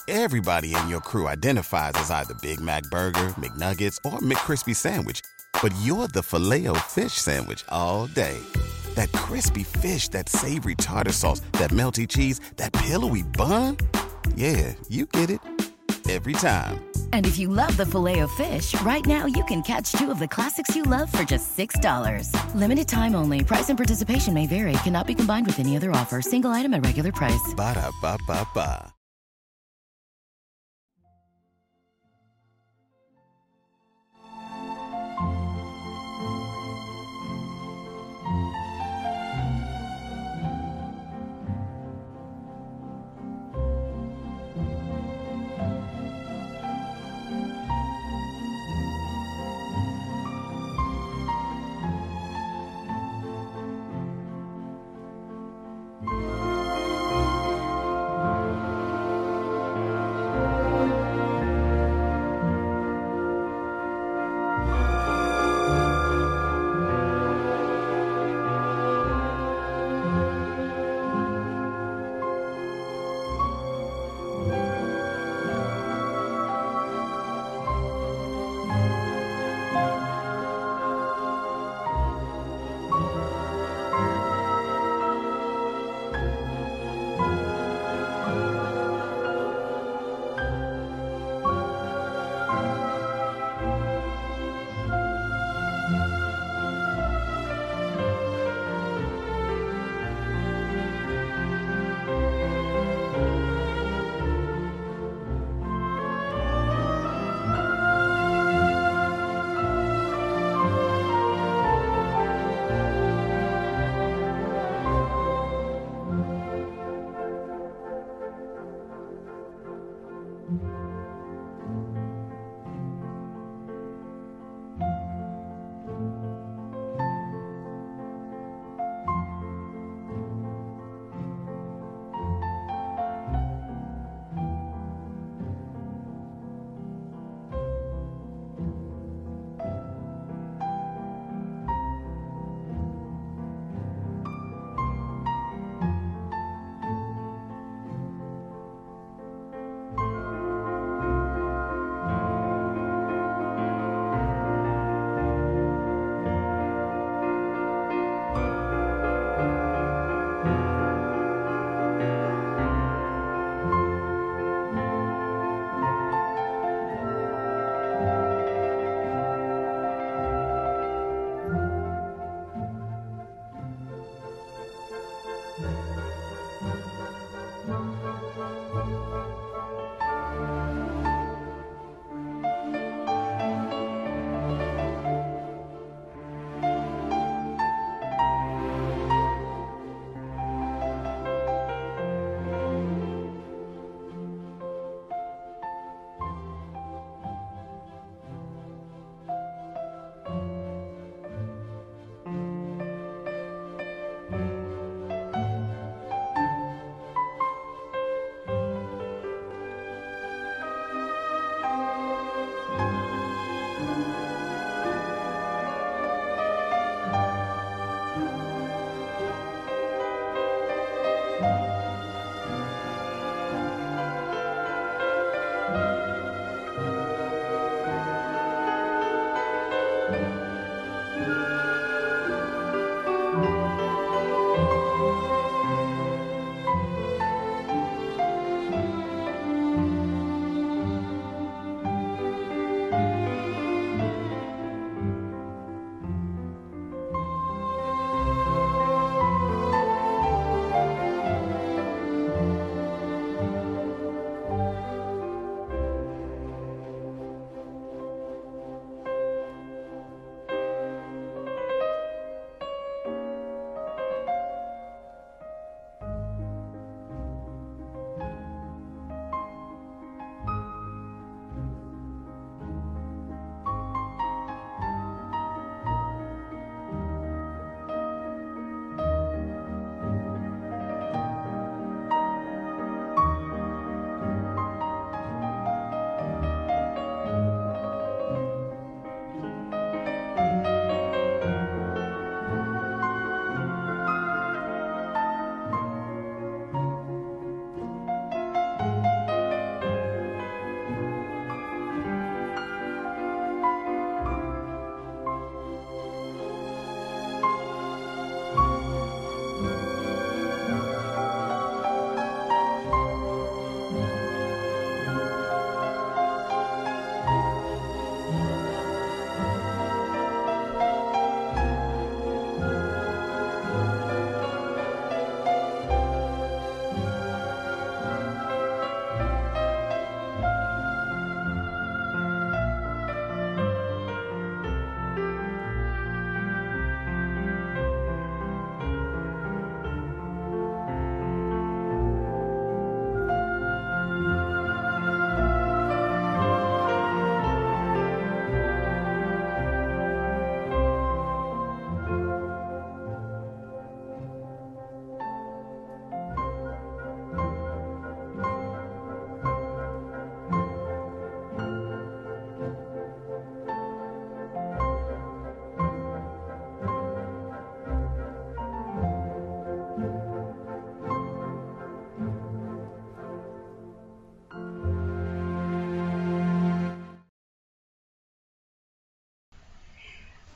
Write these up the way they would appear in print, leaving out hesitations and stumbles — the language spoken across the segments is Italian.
Everybody in your crew identifies as either Big Mac Burger, McNuggets, or McCrispy Sandwich. But you're the Filet-O-Fish Sandwich all day. That crispy fish, that savory tartar sauce, that melty cheese, that pillowy bun. Yeah, you get it. Every time. And if you love the Filet-O-Fish, right now you can catch two of the classics you love for just $6. Limited time only. Price and participation may vary. Cannot be combined with any other offer. Single item at regular price. Ba-da-ba-ba-ba.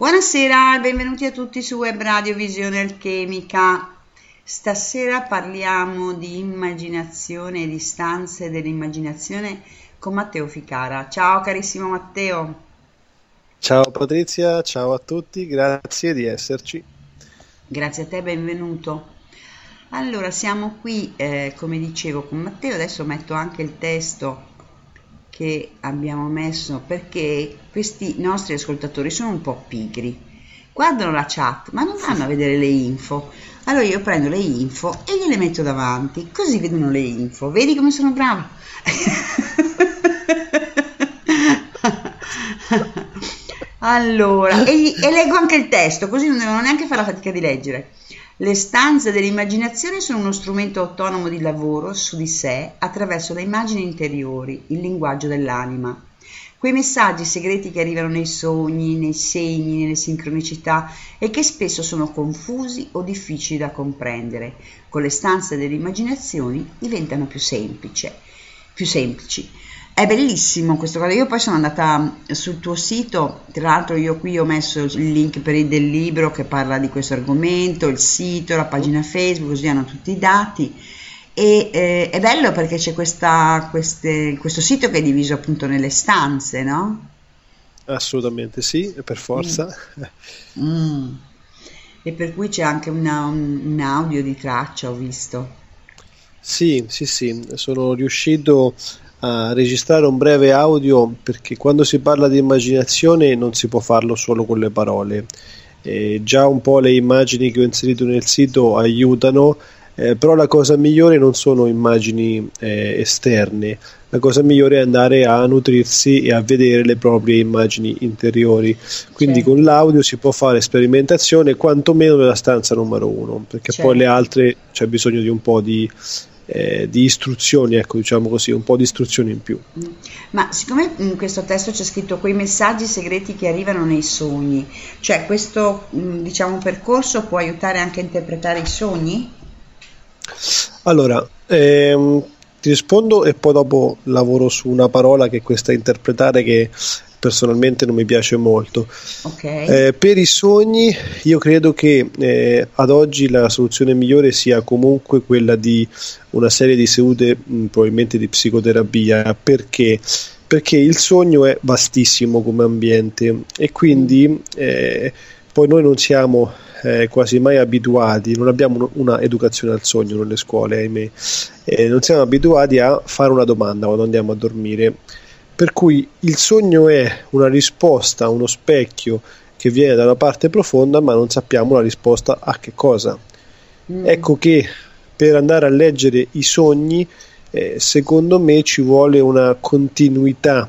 Buonasera e benvenuti a tutti su Web Radio Visione Alchemica. Stasera parliamo di immaginazione e di stanze dell'immaginazione con Matteo Ficara. Ciao carissimo Matteo. Ciao Patrizia, ciao a tutti, grazie di esserci. Grazie a te, benvenuto. Allora, siamo qui, come dicevo, con Matteo. Adesso metto anche il testo che abbiamo messo, perché questi nostri ascoltatori sono un po' pigri, guardano la chat ma non vanno a vedere le info. Allora io prendo le info e gliele metto davanti, così vedono le info. Vedi come sono brava? Allora, e leggo anche il testo, così non devono neanche fare la fatica di leggere. Le stanze dell'immaginazione sono uno strumento autonomo di lavoro su di sé attraverso le immagini interiori, il linguaggio dell'anima. Quei messaggi segreti che arrivano nei sogni, nei segni, nelle sincronicità e che spesso sono confusi o difficili da comprendere, con le stanze delle immaginazioni diventano più semplici. È bellissimo questo cosa. Io poi sono andata sul tuo sito, tra l'altro io qui ho messo il link del libro che parla di questo argomento, il sito, la pagina Facebook, così hanno tutti i dati. E è bello perché c'è questo sito che è diviso appunto nelle stanze, no? Assolutamente sì, per forza. E per cui c'è anche un audio di traccia, ho visto. Sì, sono riuscito a registrare un breve audio perché quando si parla di immaginazione non si può farlo solo con le parole. Già un po' le immagini che ho inserito nel sito aiutano, però la cosa migliore non sono immagini esterne, la cosa migliore è andare a nutrirsi e a vedere le proprie immagini interiori, quindi con l'audio si può fare sperimentazione quantomeno nella stanza numero 1, perché poi le altre c'è bisogno di un po' di istruzioni, ecco, diciamo così, un po' di istruzioni in più. Ma siccome in questo testo c'è scritto quei messaggi segreti che arrivano nei sogni, cioè questo diciamo percorso può aiutare anche a interpretare i sogni? Allora, ti rispondo e poi dopo lavoro su una parola che è questa interpretare, che personalmente non mi piace molto. Per i sogni io credo che ad oggi la soluzione migliore sia comunque quella di una serie di sedute probabilmente di psicoterapia, perché il sogno è vastissimo come ambiente e quindi poi noi non siamo quasi mai abituati, non abbiamo una educazione al sogno nelle scuole, ahimè, non siamo abituati a fare una domanda quando andiamo a dormire. Per cui il sogno è una risposta, uno specchio che viene dalla parte profonda, ma non sappiamo la risposta a che cosa. Ecco che per andare a leggere i sogni, secondo me ci vuole una continuità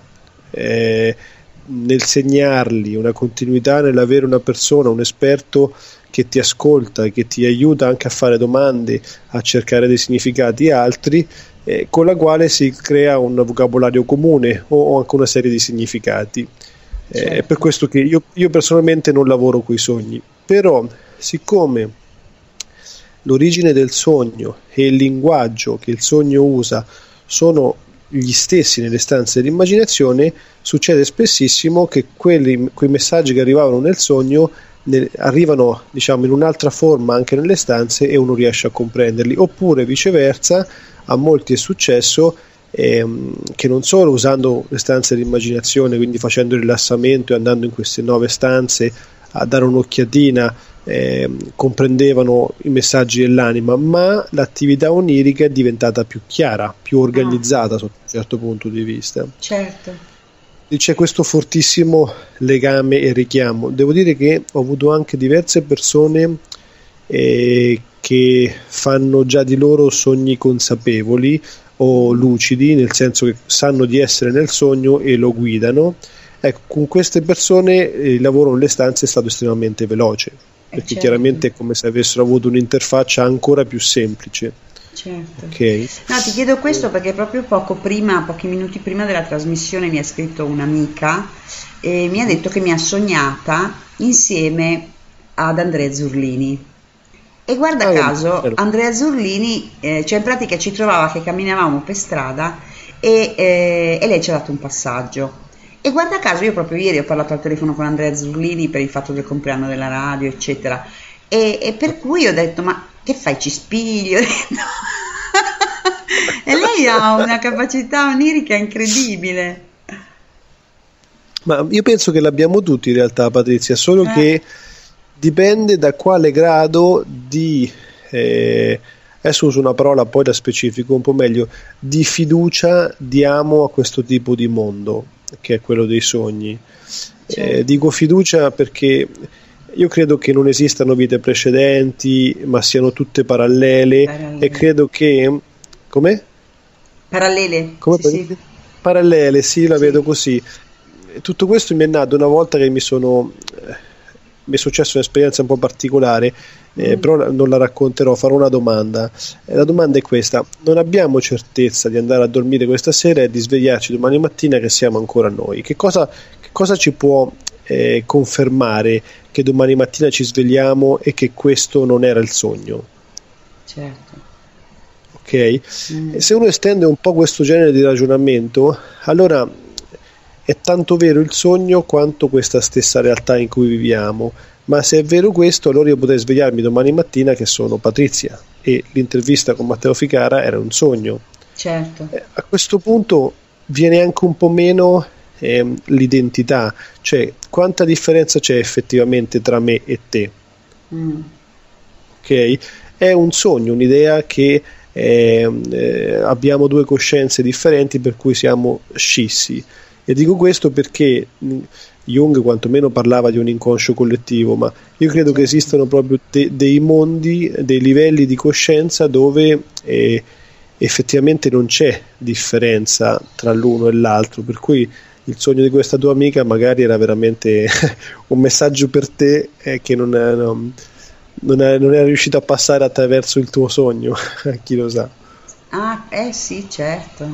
nel segnarli, una continuità nell'avere una persona, un esperto che ti ascolta e che ti aiuta anche a fare domande, a cercare dei significati altri, con la quale si crea un vocabolario comune o anche una serie di significati. È per questo che io personalmente non lavoro coi sogni, però siccome l'origine del sogno e il linguaggio che il sogno usa sono gli stessi nelle stanze dell'immaginazione, succede spessissimo che quei messaggi che arrivavano nel sogno arrivano, diciamo, in un'altra forma anche nelle stanze e uno riesce a comprenderli, oppure viceversa. A molti è successo che non solo usando le stanze di immaginazione, quindi facendo rilassamento e andando in queste 9 stanze a dare un'occhiatina, comprendevano i messaggi dell'anima, ma l'attività onirica è diventata più chiara, più organizzata sotto un certo punto di vista. Certo. E c'è questo fortissimo legame e richiamo. Devo dire che ho avuto anche diverse persone che fanno già di loro sogni consapevoli o lucidi, nel senso che sanno di essere nel sogno e lo guidano. Ecco, con queste persone il lavoro nelle stanze è stato estremamente veloce, perché chiaramente è come se avessero avuto un'interfaccia ancora più semplice. Certo. Okay. No, ti chiedo questo perché proprio pochi minuti prima della trasmissione mi ha scritto un'amica e mi ha detto che mi ha sognata insieme ad Andrea Zurlini. E guarda caso, Andrea Zurlini, cioè in pratica ci trovava che camminavamo per strada e lei ci ha dato un passaggio. E guarda caso, io proprio ieri ho parlato al telefono con Andrea Zurlini per il fatto del compleanno della radio, eccetera, e per cui ho detto, ma che fai, ci spigli? Ho detto. E lei ha una capacità onirica incredibile. Ma io penso che l'abbiamo tutti in realtà, Patrizia, solo che dipende da quale grado di adesso uso una parola poi da specifico un po' meglio, di fiducia diamo a questo tipo di mondo che è quello dei sogni. Dico fiducia perché io credo che non esistano vite precedenti, ma siano tutte parallele. E credo che come? Parallele. Come sì. Parallele, sì, la vedo così. Tutto questo mi è nato una volta che mi è successa un'esperienza un po' particolare, però non la racconterò, farò una domanda. La domanda è questa: non abbiamo certezza di andare a dormire questa sera e di svegliarci domani mattina che siamo ancora noi. Che cosa ci può confermare che domani mattina ci svegliamo e che questo non era il sogno? Certo. Ok? E se uno estende un po' questo genere di ragionamento, allora è tanto vero il sogno quanto questa stessa realtà in cui viviamo. Ma se è vero questo, allora io potrei svegliarmi domani mattina che sono Patrizia e l'intervista con Matteo Ficara era un sogno. Certo. A questo punto viene anche un po' meno l'identità, cioè quanta differenza c'è effettivamente tra me e te. Ok? È un sogno, un'idea che abbiamo due coscienze differenti per cui siamo scissi. E dico questo perché Jung quantomeno parlava di un inconscio collettivo, ma io credo che esistano proprio dei mondi, dei livelli di coscienza dove effettivamente non c'è differenza tra l'uno e l'altro, per cui il sogno di questa tua amica magari era veramente un messaggio per te che non era riuscito a passare attraverso il tuo sogno, chi lo sa. Sì, certo.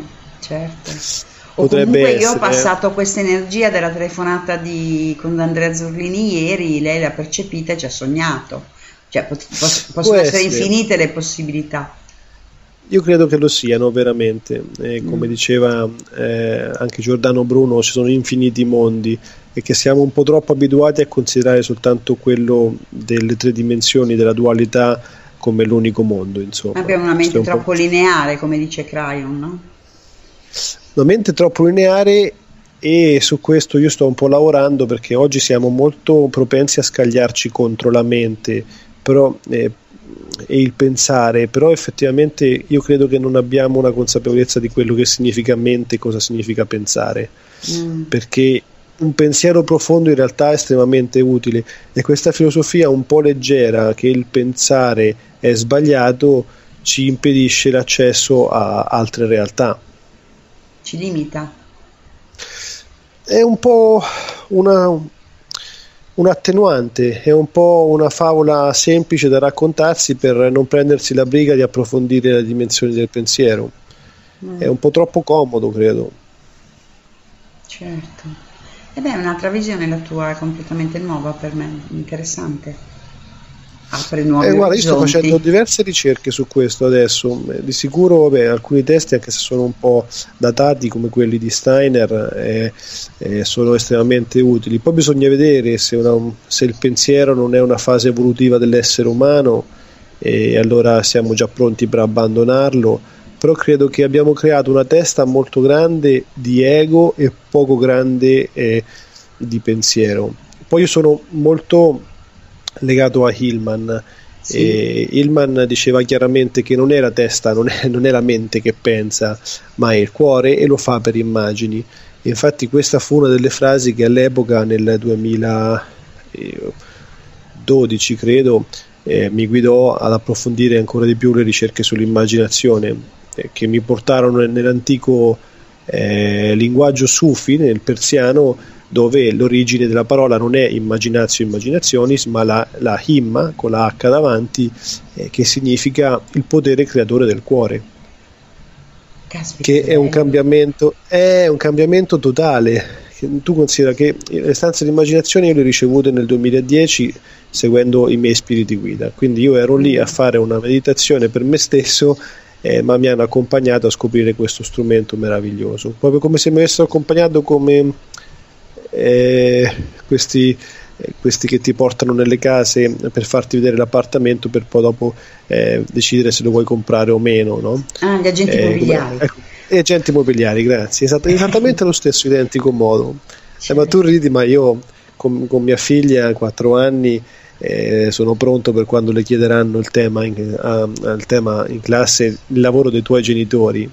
O Potrebbe comunque essere. Io ho passato questa energia della telefonata con Andrea Zurlini ieri, lei l'ha percepita e ci ha sognato, cioè possono essere infinite le possibilità. Io credo che lo siano veramente, come diceva anche Giordano Bruno, ci sono infiniti mondi e che siamo un po' troppo abituati a considerare soltanto quello delle tre dimensioni della dualità come l'unico mondo, insomma. Abbiamo una mente troppo lineare, come dice Crayon, no? Una mente troppo lineare, e su questo io sto un po' lavorando, perché oggi siamo molto propensi a scagliarci contro la mente però, e il pensare, però effettivamente io credo che non abbiamo una consapevolezza di quello che significa mente e cosa significa pensare, perché un pensiero profondo in realtà è estremamente utile, e questa filosofia un po' leggera che il pensare è sbagliato ci impedisce l'accesso a altre realtà. Ci limita. È un po' un attenuante, è un po' una favola semplice da raccontarsi per non prendersi la briga di approfondire le dimensioni del pensiero. È un po' troppo comodo, credo. Certo. È un'altra visione la tua, è completamente nuova per me, interessante. Apre nuovi guarda, io sto orizzonti. facendo diverse ricerche su questo adesso, di sicuro alcuni testi, anche se sono un po' datati come quelli di Steiner, sono estremamente utili. Poi bisogna vedere se il pensiero non è una fase evolutiva dell'essere umano, e allora siamo già pronti per abbandonarlo, però credo che abbiamo creato una testa molto grande di ego e poco grande di pensiero. Poi io sono molto legato a Hillman. Hillman diceva chiaramente che non è la testa, non è la mente che pensa, ma è il cuore, e lo fa per immagini. Infatti questa fu una delle frasi che all'epoca, nel 2012 credo, mi guidò ad approfondire ancora di più le ricerche sull'immaginazione, che mi portarono nell'antico linguaggio sufi, nel persiano, dove l'origine della parola non è immaginatio imaginationis, ma la himma con la H davanti, che significa il potere creatore del cuore. Caspita, che è un cambiamento totale. Tu considera che le stanze di immaginazione io le ho ricevute nel 2010 seguendo i miei spiriti guida, quindi io ero lì a fare una meditazione per me stesso, ma mi hanno accompagnato a scoprire questo strumento meraviglioso, proprio come se mi avessero accompagnato come questi che ti portano nelle case per farti vedere l'appartamento per poi dopo decidere se lo vuoi comprare o meno, no? Gli agenti immobiliari. Gli agenti immobiliari, grazie, esattamente allo stesso identico modo. Ma tu ridi, ma io con mia figlia 4 anni sono pronto per quando le chiederanno il tema in classe, il lavoro dei tuoi genitori.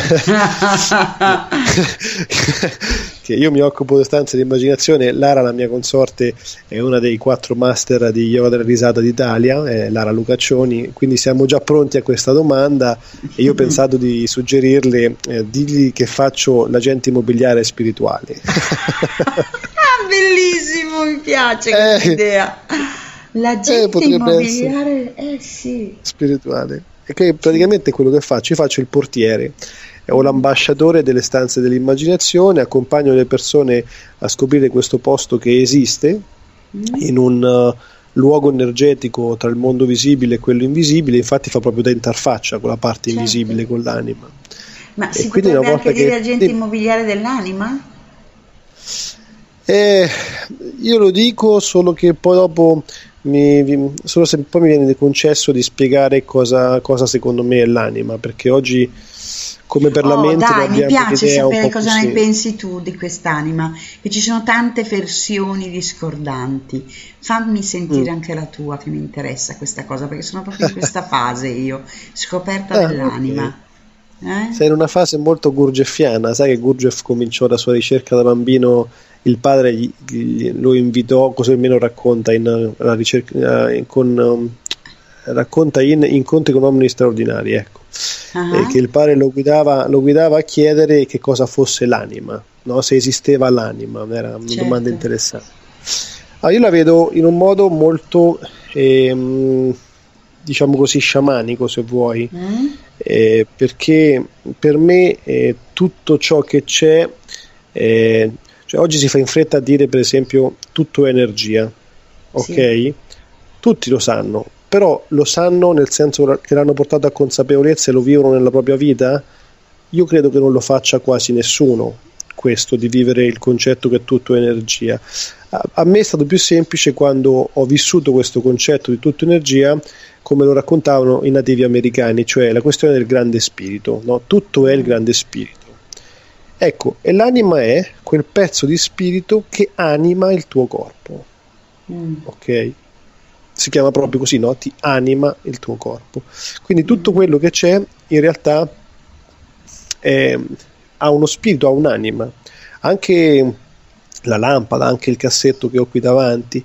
Che io mi occupo di stanze di immaginazione. Lara, la mia consorte, è una dei 4 master di yoga della risata d'Italia, Lara Lucaccioni, quindi siamo già pronti a questa domanda e io ho pensato di suggerirle, digli che faccio l'agente immobiliare spirituale. Bellissimo, mi piace questa idea. L'agente immobiliare spirituale, e che praticamente è quello che faccio. Io faccio il portiere o l'ambasciatore delle stanze dell'immaginazione, accompagno le persone a scoprire questo posto che esiste in un luogo energetico tra il mondo visibile e quello invisibile. Infatti fa proprio da interfaccia con la parte invisibile, con l'anima. Ma si potrebbe anche dire agente immobiliare dell'anima? Io lo dico solo che poi dopo solo se poi mi viene concesso di spiegare cosa secondo me è l'anima, perché oggi, come per la mente, mi piace sapere cosa ne pensi tu di quest'anima, che ci sono tante versioni discordanti. Fammi sentire anche la tua, che mi interessa questa cosa, perché sono proprio in questa fase io, scoperta dell'anima. Okay. Sei in una fase molto gurdjieffiana. Sai che Gurdjieff cominciò la sua ricerca da bambino, il padre lo invitò, così almeno racconta racconta in Incontri con uomini straordinari, ecco. Che il padre lo guidava a chiedere che cosa fosse l'anima, no? Se esisteva l'anima. Era una domanda interessante. Io la vedo in un modo molto diciamo così sciamanico, se vuoi, perché per me tutto ciò che c'è, cioè oggi si fa in fretta a dire, per esempio, tutto è energia, ok? Tutti lo sanno, però lo sanno nel senso che l'hanno portato a consapevolezza e lo vivono nella propria vita? Io credo che non lo faccia quasi nessuno, questo di vivere il concetto che tutto è energia. A me è stato più semplice quando ho vissuto questo concetto di tutto energia come lo raccontavano i nativi americani, cioè la questione del grande spirito, no? Tutto è il grande spirito. Ecco, e l'anima è quel pezzo di spirito che anima il tuo corpo, ok? Si chiama proprio così, no? Ti anima il tuo corpo. Quindi tutto quello che c'è in realtà ha uno spirito, ha un'anima. Anche la lampada, anche il cassetto che ho qui davanti,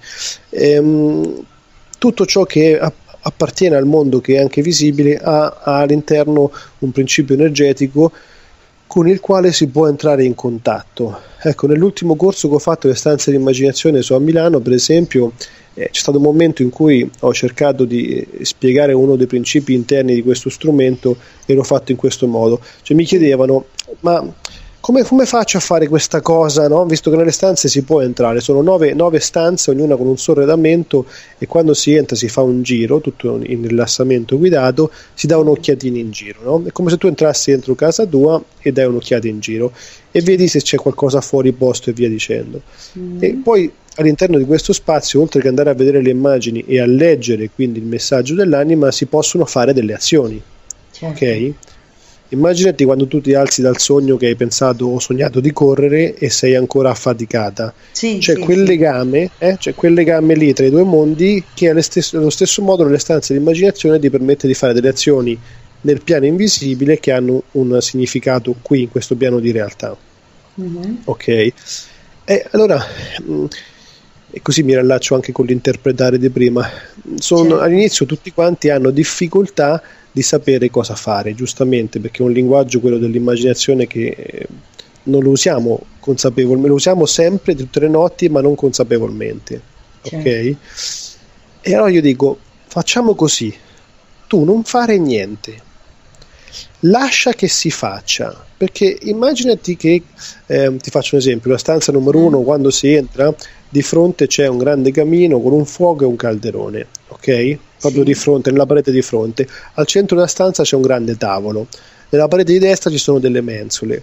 tutto ciò che appartiene al mondo che è anche visibile ha all'interno un principio energetico con il quale si può entrare in contatto. Ecco, nell'ultimo corso che ho fatto le stanze di immaginazione su a Milano, per esempio, c'è stato un momento in cui ho cercato di spiegare uno dei principi interni di questo strumento e l'ho fatto in questo modo. Cioè mi chiedevano, ma come faccio a fare questa cosa, no? Visto che nelle stanze si può entrare, sono 9 stanze, ognuna con un sorredamento, e quando si entra si fa un giro, tutto in rilassamento guidato, si dà un'occhiatina in giro, no? È come se tu entrassi dentro casa tua e dai un'occhiata in giro e vedi se c'è qualcosa fuori posto e via dicendo. E poi all'interno di questo spazio, oltre che andare a vedere le immagini e a leggere quindi il messaggio dell'anima, si possono fare delle azioni, ok? Immaginati quando tu ti alzi dal sogno che hai pensato o sognato di correre e sei ancora affaticata. C'è quel legame lì tra i due mondi che allo stesso modo nelle stanze di immaginazione ti permette di fare delle azioni nel piano invisibile che hanno un significato qui in questo piano di realtà. Ok? E allora, e così mi riallaccio anche con l'interpretare di prima. All'inizio tutti quanti hanno difficoltà di sapere cosa fare, giustamente, perché è un linguaggio, quello dell'immaginazione, che non lo usiamo consapevolmente, lo usiamo sempre, tutte le notti, ma non consapevolmente, ok? E allora io dico, facciamo così, tu non fare niente, lascia che si faccia, perché immaginati che, ti faccio un esempio, la stanza numero 1, quando si entra, di fronte c'è un grande camino con un fuoco e un calderone, ok? Proprio di fronte, nella parete di fronte. Al centro della stanza c'è un grande tavolo, nella parete di destra ci sono delle mensole.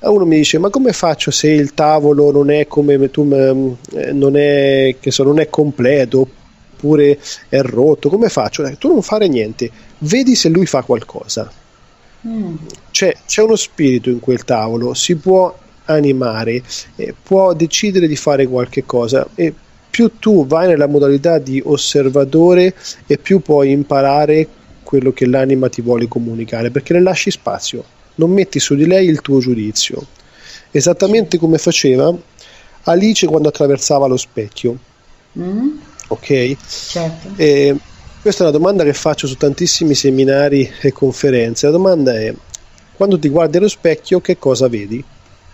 uno mi dice: ma come faccio se il tavolo non è come tu, non è, che so, non è completo, oppure è rotto, come faccio? Tu non fare niente, vedi se lui fa qualcosa. C'è uno spirito in quel tavolo, si può animare, può decidere di fare qualche cosa, e più tu vai nella modalità di osservatore e più puoi imparare quello che l'anima ti vuole comunicare, perché le lasci spazio, non metti su di lei il tuo giudizio, esattamente come faceva Alice quando attraversava lo specchio. Ok? Certo. Questa è una domanda che faccio su tantissimi seminari e conferenze. La domanda è: quando ti guardi allo specchio, che cosa vedi?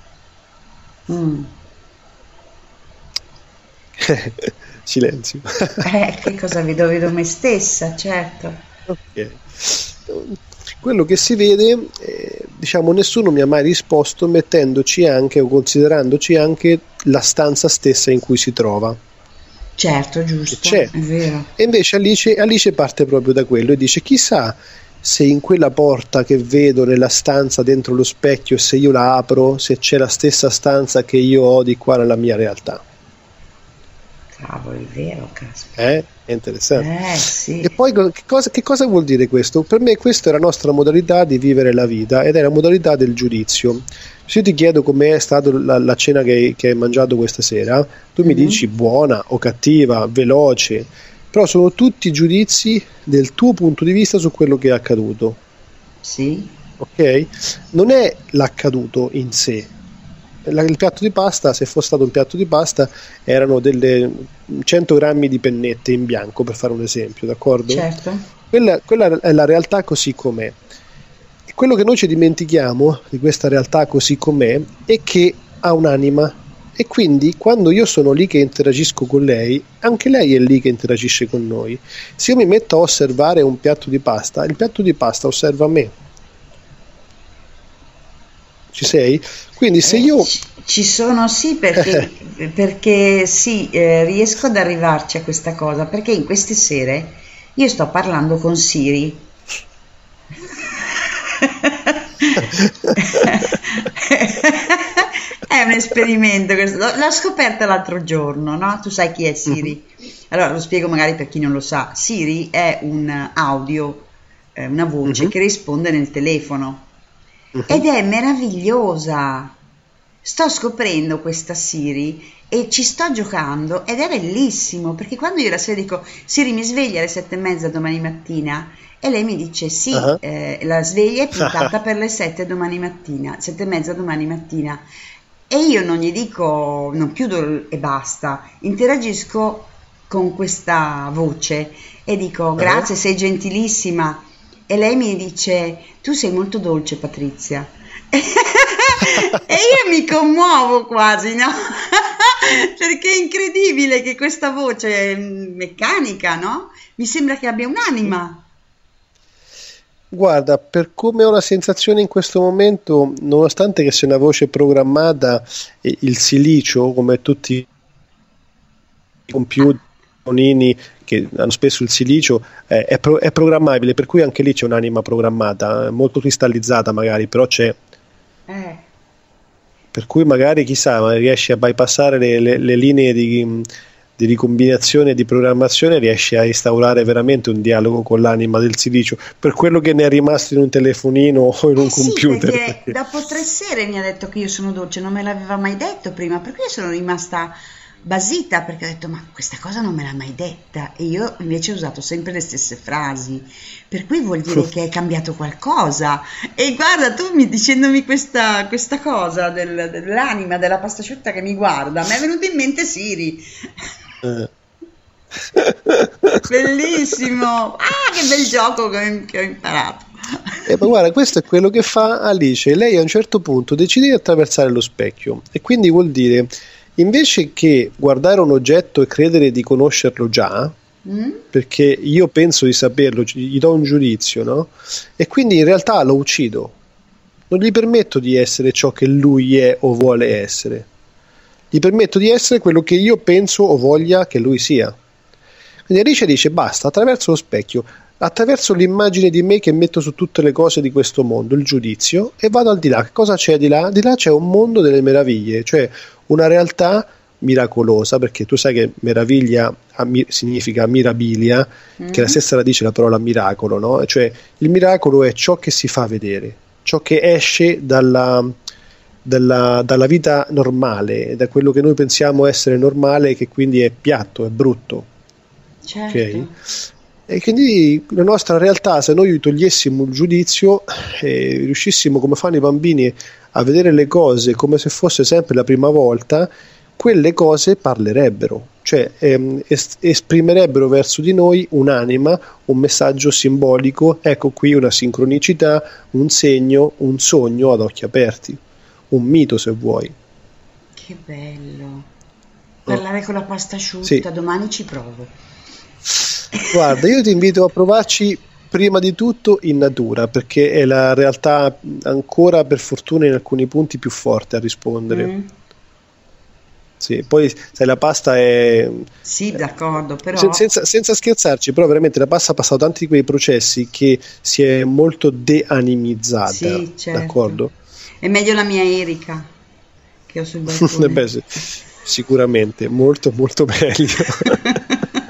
Silenzio. Che cosa vedo? Vedo me stessa, certo. Ok. Quello che si vede, diciamo, nessuno mi ha mai risposto mettendoci anche o considerandoci anche la stanza stessa in cui si trova. Certo, giusto, c'è. È vero. E invece Alice parte proprio da quello e dice: chissà se in quella porta che vedo nella stanza dentro lo specchio, se io la apro, se c'è la stessa stanza che io ho di qua nella mia realtà. Cavolo, è vero, caspita. È interessante. Sì. E poi che cosa vuol dire questo? Per me questa è la nostra modalità di vivere la vita, ed è la modalità del giudizio. Se io ti chiedo com'è stata la cena che hai mangiato questa sera, tu mi dici buona o cattiva, veloce, però sono tutti giudizi del tuo punto di vista su quello che è accaduto. Sì. Ok? Non è l'accaduto in sé. Il piatto di pasta, se fosse stato un piatto di pasta, erano delle 100 grammi di pennette in bianco, per fare un esempio, d'accordo? Certo. Quella è la realtà così com'è. E quello che noi ci dimentichiamo di questa realtà così com'è è che ha un'anima, e quindi quando io sono lì che interagisco con lei, anche lei è lì che interagisce con noi. Se io mi metto a osservare un piatto di pasta, il piatto di pasta osserva me. Ci sei? Quindi se io... Ci sono, sì, perché sì, riesco ad arrivarci a questa cosa, perché in queste sere io sto parlando con Siri. È un esperimento questo. L'ho scoperta l'altro giorno, no? Tu sai chi è Siri? Allora lo spiego magari per chi non lo sa. Siri è un audio, una voce che risponde nel telefono. Ed è meravigliosa. Sto scoprendo questa Siri e ci sto giocando ed è bellissimo, perché quando io la sera dico: Siri, mi sveglia alle 7:30 domani mattina, e lei mi dice sì, la sveglia è puntata per le 7 domani mattina, 7:30 domani mattina, e io non gli dico, non chiudo e basta, interagisco con questa voce e dico: grazie, sei gentilissima. E lei mi dice: tu sei molto dolce, Patrizia. E io mi commuovo quasi, no? Perché è incredibile che questa voce meccanica, no? Mi sembra che abbia un'anima. Guarda, per come ho la sensazione in questo momento, nonostante che sia una voce programmata, il silicio, come tutti i computer che hanno spesso il silicio, è programmabile, per cui anche lì c'è un'anima programmata, molto cristallizzata magari, però c'è. Per cui magari, chissà, riesci a bypassare le linee di ricombinazione e di programmazione, riesci a instaurare veramente un dialogo con l'anima del silicio, per quello che ne è rimasto in un telefonino o in un computer. Perché dopo 3 sere mi ha detto che io sono dolce, non me l'aveva mai detto prima, per cui io sono rimasta basita, perché ho detto: ma questa cosa non me l'ha mai detta, e io invece ho usato sempre le stesse frasi, per cui vuol dire che è cambiato qualcosa. E guarda, tu dicendomi questa cosa dell'anima della pasta asciutta che mi guarda, mi è venuto in mente Siri. Bellissimo, che bel gioco che ho imparato. Ma guarda, questo è quello che fa Alice. Lei a un certo punto decide di attraversare lo specchio, e quindi vuol dire, invece che guardare un oggetto e credere di conoscerlo già, perché io penso di saperlo, gli do un giudizio, no? E quindi in realtà lo uccido, non gli permetto di essere ciò che lui è o vuole essere, gli permetto di essere quello che io penso o voglia che lui sia. Quindi Alice dice: basta, attraverso lo specchio, attraverso l'immagine di me che metto su tutte le cose di questo mondo, il giudizio, e vado al di là. Che cosa c'è di là? Di là c'è un mondo delle meraviglie, cioè una realtà miracolosa, perché tu sai che meraviglia significa mirabilia, che è la stessa radice della parola miracolo, no? Cioè il miracolo è ciò che si fa vedere, ciò che esce dalla vita normale, da quello che noi pensiamo essere normale, che quindi è piatto, è brutto. Certo. Okay? E quindi la nostra realtà, se noi togliessimo il giudizio e riuscissimo, come fanno i bambini, a vedere le cose come se fosse sempre la prima volta, quelle cose parlerebbero, cioè esprimerebbero verso di noi un'anima, un messaggio simbolico. Ecco qui una sincronicità, un segno, un sogno ad occhi aperti, un mito se vuoi. Che bello parlare con la pasta asciutta. Sì. Domani ci provo. Guarda, io ti invito a provarci prima di tutto in natura, perché è la realtà ancora, per fortuna, in alcuni punti più forte a rispondere. Sì, poi sai, la pasta è... Sì, d'accordo, però... Senza scherzarci, però veramente la pasta ha passato tanti di quei processi che si è molto deanimizzata. Sì, certo. D'accordo? È meglio la mia Erika che ho sul balcone. Beh, sì, sicuramente, molto molto meglio.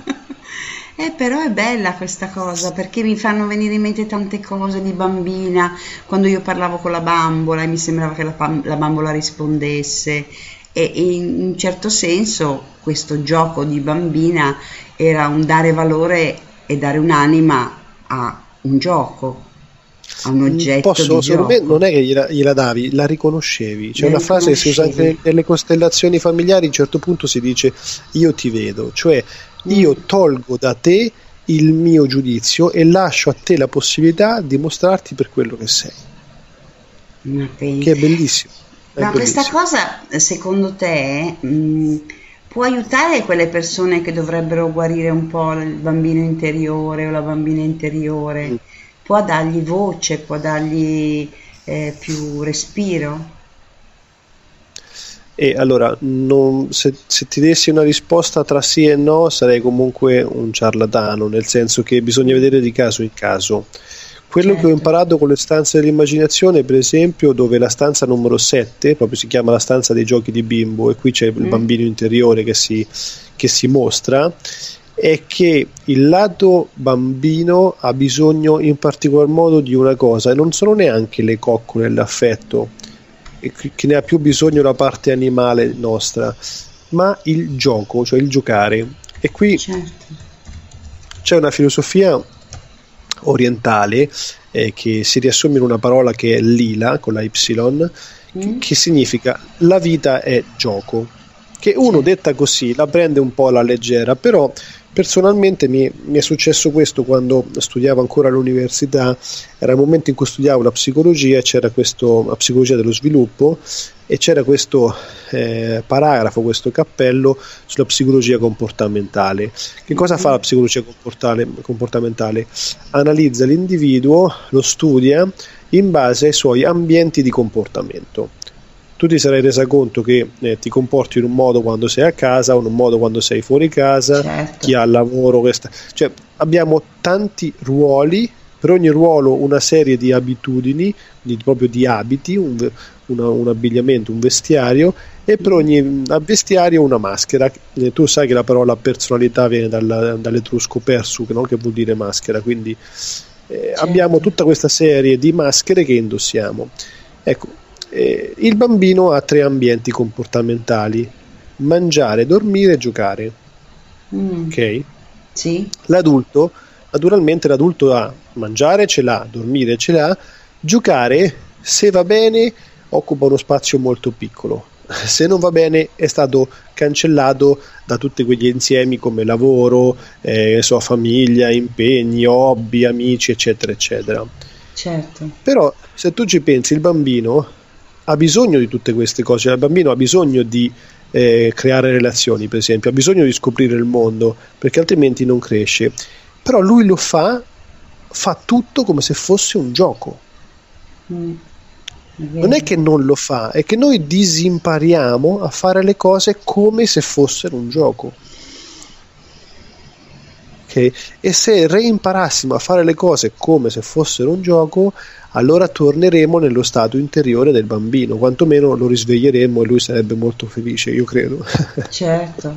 Però è bella questa cosa, perché mi fanno venire in mente tante cose di bambina, quando io parlavo con la bambola e mi sembrava che la bambola rispondesse, e in un certo senso questo gioco di bambina era un dare valore e dare un'anima a un gioco, a un oggetto di gioco. Secondo me non è che gliela davi, la riconoscevi. C'è una frase che si usa anche nelle costellazioni familiari, a un certo punto si dice io ti vedo, cioè io tolgo da te il mio giudizio e lascio a te la possibilità di mostrarti per quello che sei. Che è bellissimo. Ma questa cosa, secondo te, può aiutare quelle persone che dovrebbero guarire un po' il bambino interiore o la bambina interiore? Può dargli voce, può dargli più respiro? E allora, se ti dessi una risposta tra sì e no, sarei comunque un ciarlatano, nel senso che bisogna vedere di caso in caso. Quello che ho imparato con le stanze dell'immaginazione, per esempio, dove la stanza numero 7, proprio si chiama la stanza dei giochi di bimbo, e qui c'è il bambino interiore che si mostra, è che il lato bambino ha bisogno in particolar modo di una cosa, e non sono neanche le coccole e l'affetto, che ne ha più bisogno la parte animale nostra, ma il gioco, cioè il giocare. E qui c'è una filosofia orientale che si riassume in una parola che è lila, con la Y, che significa la vita è gioco, che uno detta così la prende un po' alla leggera, però personalmente mi è successo questo quando studiavo ancora all'università. Era il momento in cui studiavo la psicologia, la psicologia dello sviluppo, e c'era questo paragrafo, questo cappello sulla psicologia comportamentale. Che cosa fa la psicologia comportamentale? Analizza l'individuo, lo studia in base ai suoi ambienti di comportamento. Tu ti sarai resa conto che ti comporti in un modo quando sei a casa, in un modo quando sei fuori casa, chi ha il lavoro, cioè abbiamo tanti ruoli, per ogni ruolo una serie di abitudini, proprio di abiti, un abbigliamento, un vestiario, e per ogni vestiario una maschera. Tu sai che la parola personalità viene dall'etrusco persu, no? Che vuol dire maschera, quindi abbiamo tutta questa serie di maschere che indossiamo. Ecco, il bambino ha 3 ambienti comportamentali: mangiare, dormire e giocare. Ok? Sì. L'adulto, naturalmente l'adulto ha mangiare, ce l'ha, dormire ce l'ha, giocare, se va bene, occupa uno spazio molto piccolo, se non va bene è stato cancellato da tutti quegli insiemi come lavoro, famiglia, impegni, hobby, amici, eccetera eccetera. Certo. Però se tu ci pensi, il bambino ha bisogno di tutte queste cose. Il bambino ha bisogno di creare relazioni, per esempio, ha bisogno di scoprire il mondo, perché altrimenti non cresce. Però lui lo fa tutto come se fosse un gioco. Non è che non lo fa, è che noi disimpariamo a fare le cose come se fossero un gioco. Ok? Ok, e se reimparassimo a fare le cose come se fossero un gioco, allora torneremo nello stato interiore del bambino, quantomeno lo risveglieremo e lui sarebbe molto felice, io credo. Certo,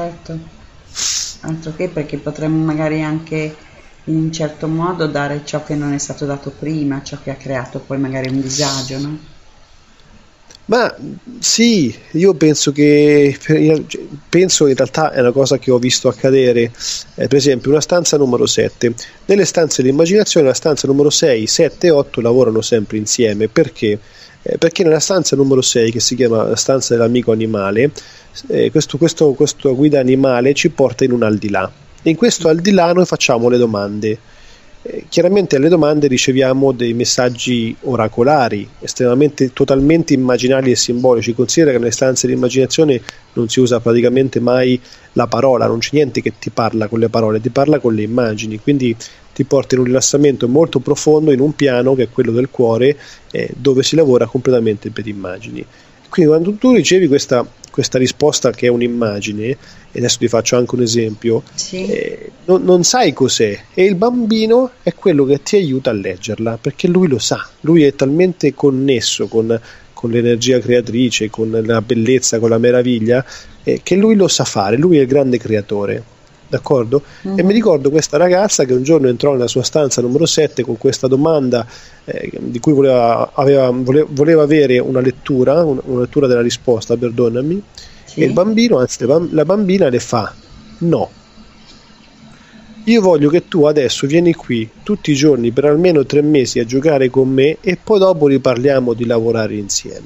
altro che, perché potremmo magari anche in un certo modo dare ciò che non è stato dato prima, ciò che ha creato poi magari un disagio, no? Ma sì, io penso in realtà è una cosa che ho visto accadere, per esempio una stanza numero 7, nelle stanze dell'immaginazione la stanza numero 6, 7 e 8 lavorano sempre insieme, perché? Perché nella stanza numero 6, che si chiama la stanza dell'amico animale, questo guida animale ci porta in un al di là, e in questo al di là noi facciamo le domande. Chiaramente alle domande riceviamo dei messaggi oracolari estremamente, totalmente immaginali e simbolici. Considera che nelle stanze di immaginazione non si usa praticamente mai la parola, non c'è niente che ti parla con le parole, ti parla con le immagini, quindi ti porta in un rilassamento molto profondo, in un piano che è quello del cuore, dove si lavora completamente per immagini. Quindi quando tu ricevi questa risposta che è un'immagine, e adesso ti faccio anche un esempio, sì. Non sai cos'è, e il bambino è quello che ti aiuta a leggerla, perché lui lo sa, lui è talmente connesso con l'energia creatrice, con la bellezza, con la meraviglia, che lui lo sa fare, lui è il grande creatore, d'accordo? Mm-hmm. E mi ricordo questa ragazza che un giorno entrò nella sua stanza numero 7 con questa domanda di cui voleva avere una lettura della risposta, perdonami, sì. E il bambino, anzi la bambina le fa: no, io voglio che tu adesso vieni qui tutti i giorni per almeno 3 mesi a giocare con me, e poi dopo riparliamo di lavorare insieme,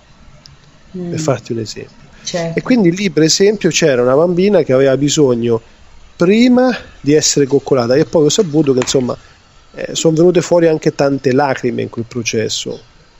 per farti un esempio. Certo. E quindi lì per esempio c'era una bambina che aveva bisogno prima di essere coccolata, e poi ho saputo che insomma sono venute fuori anche tante lacrime in quel processo,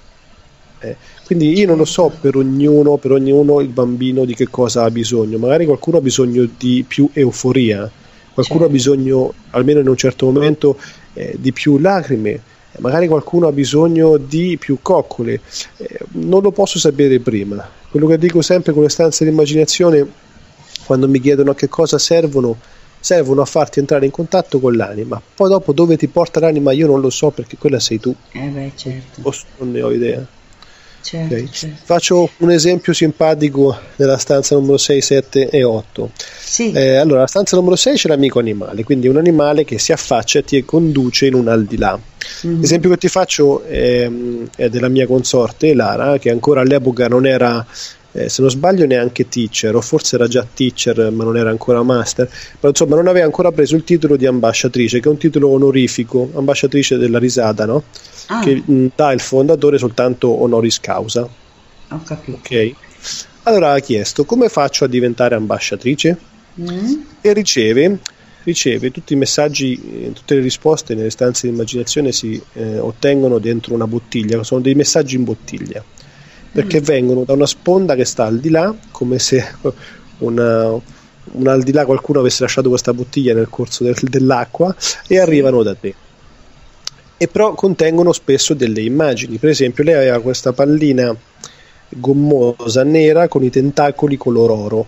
quindi io non lo so per ognuno il bambino di che cosa ha bisogno. Magari qualcuno ha bisogno di più euforia, qualcuno ha bisogno, almeno in un certo momento, di più lacrime, magari qualcuno ha bisogno di più coccole, non lo posso sapere prima. Quello che dico sempre con le stanze di immaginazione, quando mi chiedono a che cosa servono a farti entrare in contatto con l'anima. Poi dopo dove ti porta l'anima io non lo so, perché quella sei tu. Certo. Non ne ho idea. Certo, Okay. certo. Faccio un esempio simpatico della stanza numero 6, 7 e 8. Sì. Allora, la stanza numero 6 c'è l'amico animale, quindi un animale che si affaccia e ti conduce in un al di là. L'esempio che ti faccio è della mia consorte Lara, che ancora all'epoca non era, se non sbaglio, neanche teacher, o forse era già teacher ma non era ancora master, ma insomma non aveva ancora preso il titolo di ambasciatrice, che è un titolo onorifico, ambasciatrice della risata, no? Che dà il fondatore soltanto honoris causa. Ho capito. Ok. Allora ha chiesto: come faccio a diventare ambasciatrice? E riceve tutti i messaggi, tutte le risposte nelle stanze di immaginazione si ottengono dentro una bottiglia, sono dei messaggi in bottiglia, perché vengono da una sponda che sta al di là, come se un al di là qualcuno avesse lasciato questa bottiglia nel corso dell'acqua, e arrivano da te. E però contengono spesso delle immagini. Per esempio lei aveva questa pallina gommosa nera con i tentacoli color oro,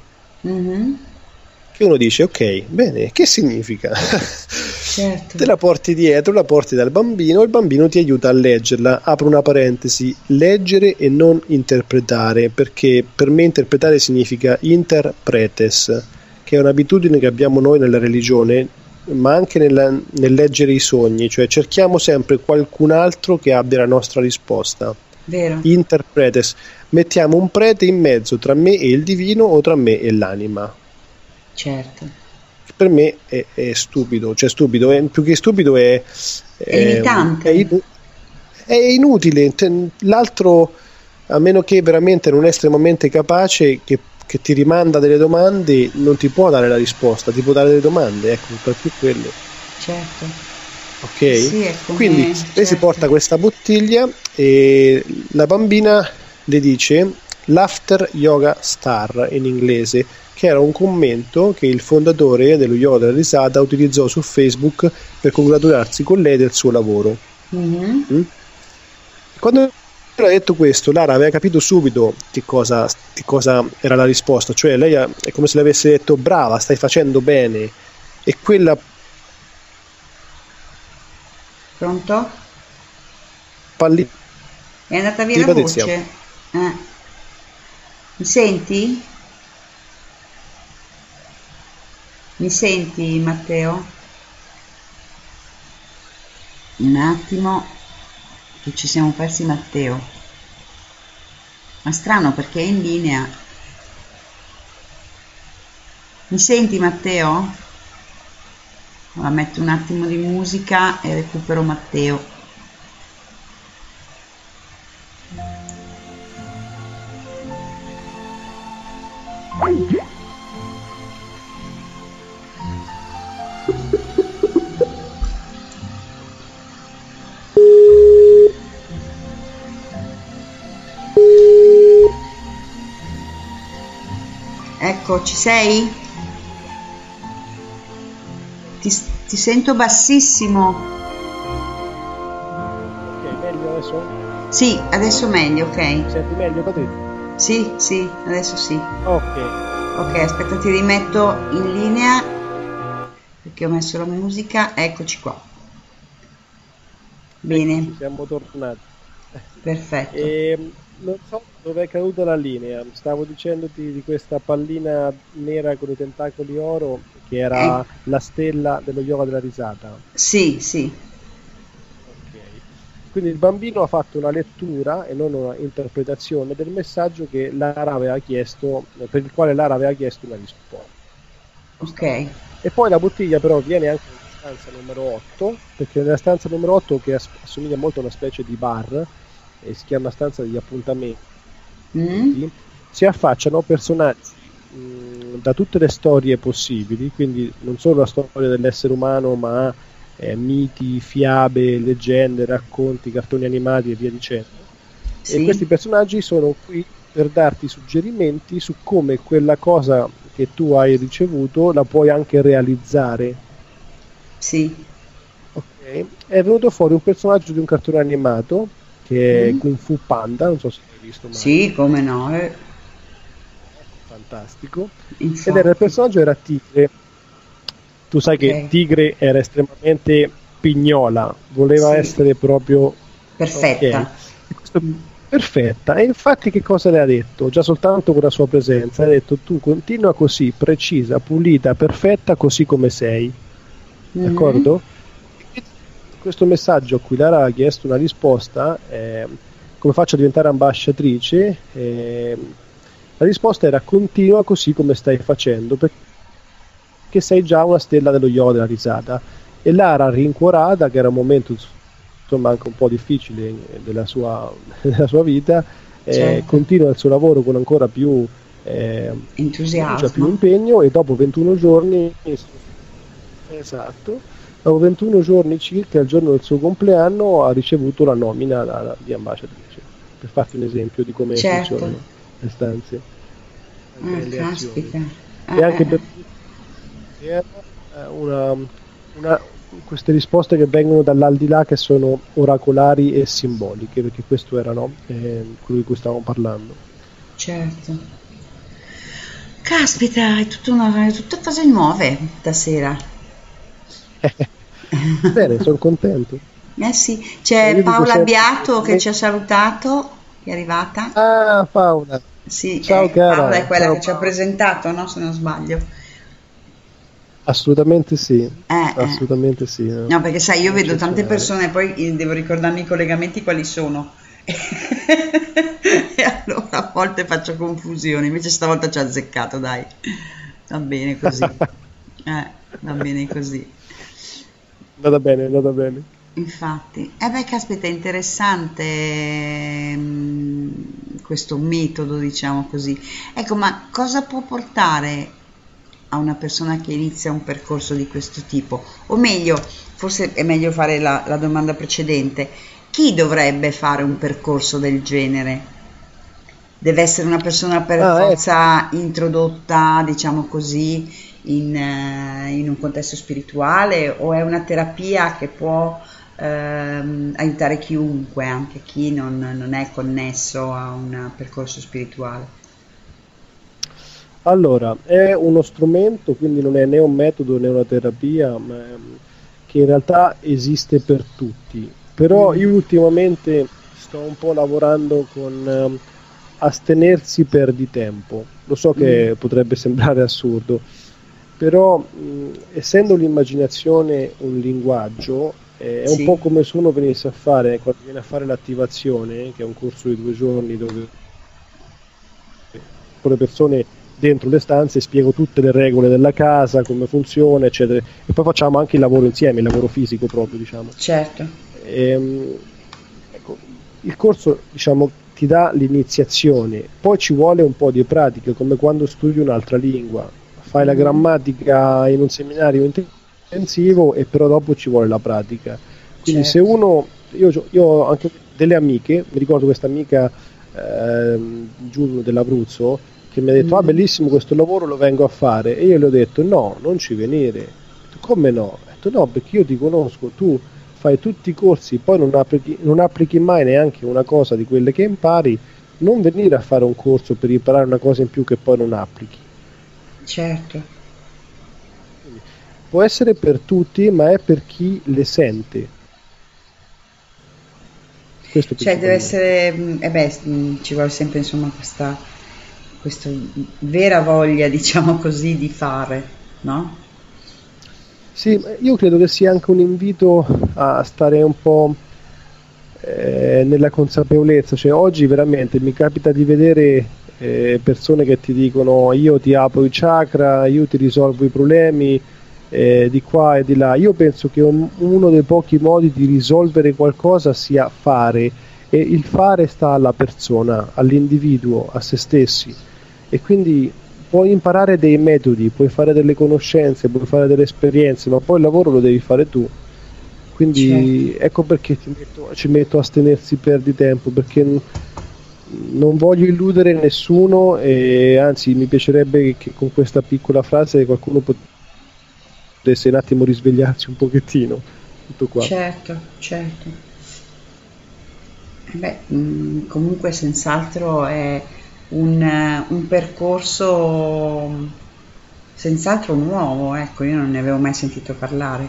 che uno dice: ok, bene, che significa? Certo. Te la porti dietro, la porti dal bambino, il bambino ti aiuta a leggerla. Apro una parentesi: leggere e non interpretare, perché per me interpretare significa interpretes, che è un'abitudine che abbiamo noi nella religione, ma anche nel leggere i sogni, cioè cerchiamo sempre qualcun altro che abbia la nostra risposta. Vero. Interpretes, mettiamo un prete in mezzo tra me e il divino, o tra me e l'anima. Certo. Per me è stupido, cioè stupido, più che stupido è limitante, è inutile. L'altro, a meno che veramente non è estremamente capace, che ti rimanda delle domande, non ti può dare la risposta, ti può dare delle domande, ecco, per più quello. Certo. Ok? Sì, quindi lei si porta questa bottiglia e la bambina le dice "Laughter Yoga Star" in inglese, che era un commento che il fondatore dello yoga della risata utilizzò su Facebook per congratularsi con lei del suo lavoro. Quando ha detto questo, Lara aveva capito subito che cosa era la risposta, cioè lei è come se le avesse detto: brava, stai facendo bene, e quella Pronto? Pallina. È andata via la voce? Mi senti? Mi senti, Matteo? Un attimo, che ci siamo persi Matteo. Ma strano perché è in linea. Mi senti, Matteo? Allora, metto un attimo di musica e recupero Matteo. Ecco, ci sei? Ti sento bassissimo. Ok, meglio adesso? Sì, adesso meglio, ok. Senti meglio, Patrizia? Sì, adesso sì. Ok, aspetta, ti rimetto in linea perché ho messo la musica. Eccoci qua. Bene. Ci siamo tornati. Perfetto. Non so dove è caduta la linea. Stavo dicendoti di questa pallina nera con i tentacoli oro che era la stella dello yoga della risata. Sì. Ok. Quindi il bambino ha fatto una lettura e non una interpretazione del messaggio che Lara aveva chiesto, per il quale Lara aveva chiesto una risposta. Ok. E poi la bottiglia però viene anche nella stanza numero 8, perché nella stanza numero 8, che assomiglia molto a una specie di bar, e si chiama stanza degli appuntamenti, si affacciano personaggi da tutte le storie possibili, quindi non solo la storia dell'essere umano, ma miti, fiabe, leggende, racconti, cartoni animati e via dicendo. Sì. E questi personaggi sono qui per darti suggerimenti su come quella cosa che tu hai ricevuto la puoi anche realizzare. Sì. Ok. È venuto fuori un personaggio di un cartone animato che è Kung Fu Panda, non so se l'hai visto mai. Sì, come no. Fantastico. Infatti. Ed era il personaggio era Tigre. Tu sai che Tigre era estremamente pignola, voleva essere proprio perfetta. Perfetta. E infatti che cosa le ha detto? Già soltanto con la sua presenza ha detto: tu continua così, precisa, pulita, perfetta, così come sei. D'accordo? Questo messaggio a cui Lara ha chiesto una risposta, come faccio a diventare ambasciatrice, la risposta era: continua così come stai facendo, perché sei già una stella dello yoga della risata. E Lara, rincuorata, che era un momento insomma anche un po' difficile della sua vita, continua il suo lavoro con ancora più entusiasmo, più impegno, e dopo 21 giorni dopo 21 giorni circa, il giorno del suo compleanno, ha ricevuto la nomina di ambasciatrice, per farti un esempio di come funzionano le stanze, le azioni. E anche per queste risposte che vengono dall'aldilà, che sono oracolari e simboliche, perché questo era quello di cui stavamo parlando. Certo. Caspita, è tutte cose nuove stasera. Bene, sono contento. Sì, c'è Paola Abbiato che ci ha salutato, è arrivata. Ah, Paola. Sì, ciao cara. Paola è quella che ci ha presentato, no? Se non sbaglio. Assolutamente sì. Assolutamente sì. No, perché sai, io vedo tante persone, poi devo ricordarmi i collegamenti quali sono. E allora a volte faccio confusione, invece stavolta ci ha azzeccato, dai. Va bene così. Va bene così. Andata bene. Infatti, caspita, è interessante questo metodo, diciamo così. Ecco, ma cosa può portare a una persona che inizia un percorso di questo tipo? O meglio, forse è meglio fare la domanda precedente: chi dovrebbe fare un percorso del genere? Deve essere una persona per forza introdotta, diciamo così, in un contesto spirituale, o è una terapia che può aiutare chiunque, anche chi non è connesso a un percorso spirituale? Allora, è uno strumento, quindi non è né un metodo né una terapia, ma che in realtà esiste per tutti, però io ultimamente sto un po' lavorando con astenersi per di tempo. Lo so che potrebbe sembrare assurdo, però essendo l'immaginazione un linguaggio, è un po' come se uno venisse a fare, quando viene a fare l'attivazione, che è un corso di 2 giorni dove con le persone dentro le stanze spiego tutte le regole della casa, come funziona, eccetera, e poi facciamo anche il lavoro insieme, il lavoro fisico proprio, diciamo. Certo. Ecco, il corso, diciamo, ti dà l'iniziazione, poi ci vuole un po' di pratica, come quando studi un'altra lingua, fai la grammatica in un seminario intensivo e però dopo ci vuole la pratica. Quindi se uno, io ho anche delle amiche, mi ricordo questa amica giù dell'Abruzzo che mi ha detto bellissimo questo lavoro, lo vengo a fare, e io le ho detto no, non ci venire. Come no? Ho detto no, perché io ti conosco, tu fai tutti i corsi, poi non applichi mai neanche una cosa di quelle che impari, non venire a fare un corso per imparare una cosa in più che poi non applichi. Certo. Quindi, può essere per tutti, ma è per chi le sente. Questo cioè deve essere, ci vuole sempre insomma questa vera voglia, diciamo così, di fare, no? Sì, io credo che sia anche un invito a stare un po' nella consapevolezza, cioè oggi veramente mi capita di vedere persone che ti dicono io ti apro i chakra, io ti risolvo i problemi di qua e di là. Io penso che uno dei pochi modi di risolvere qualcosa sia fare, e il fare sta alla persona, all'individuo, a se stessi, e quindi puoi imparare dei metodi, puoi fare delle conoscenze, puoi fare delle esperienze, ma poi il lavoro lo devi fare tu. Quindi ecco perché ci metto a astenersi per di tempo, perché non voglio illudere nessuno, e anzi mi piacerebbe che con questa piccola frase qualcuno potesse un attimo risvegliarsi un pochettino. Tutto qua. Certo. Comunque senz'altro è un percorso senz'altro nuovo, ecco, io non ne avevo mai sentito parlare.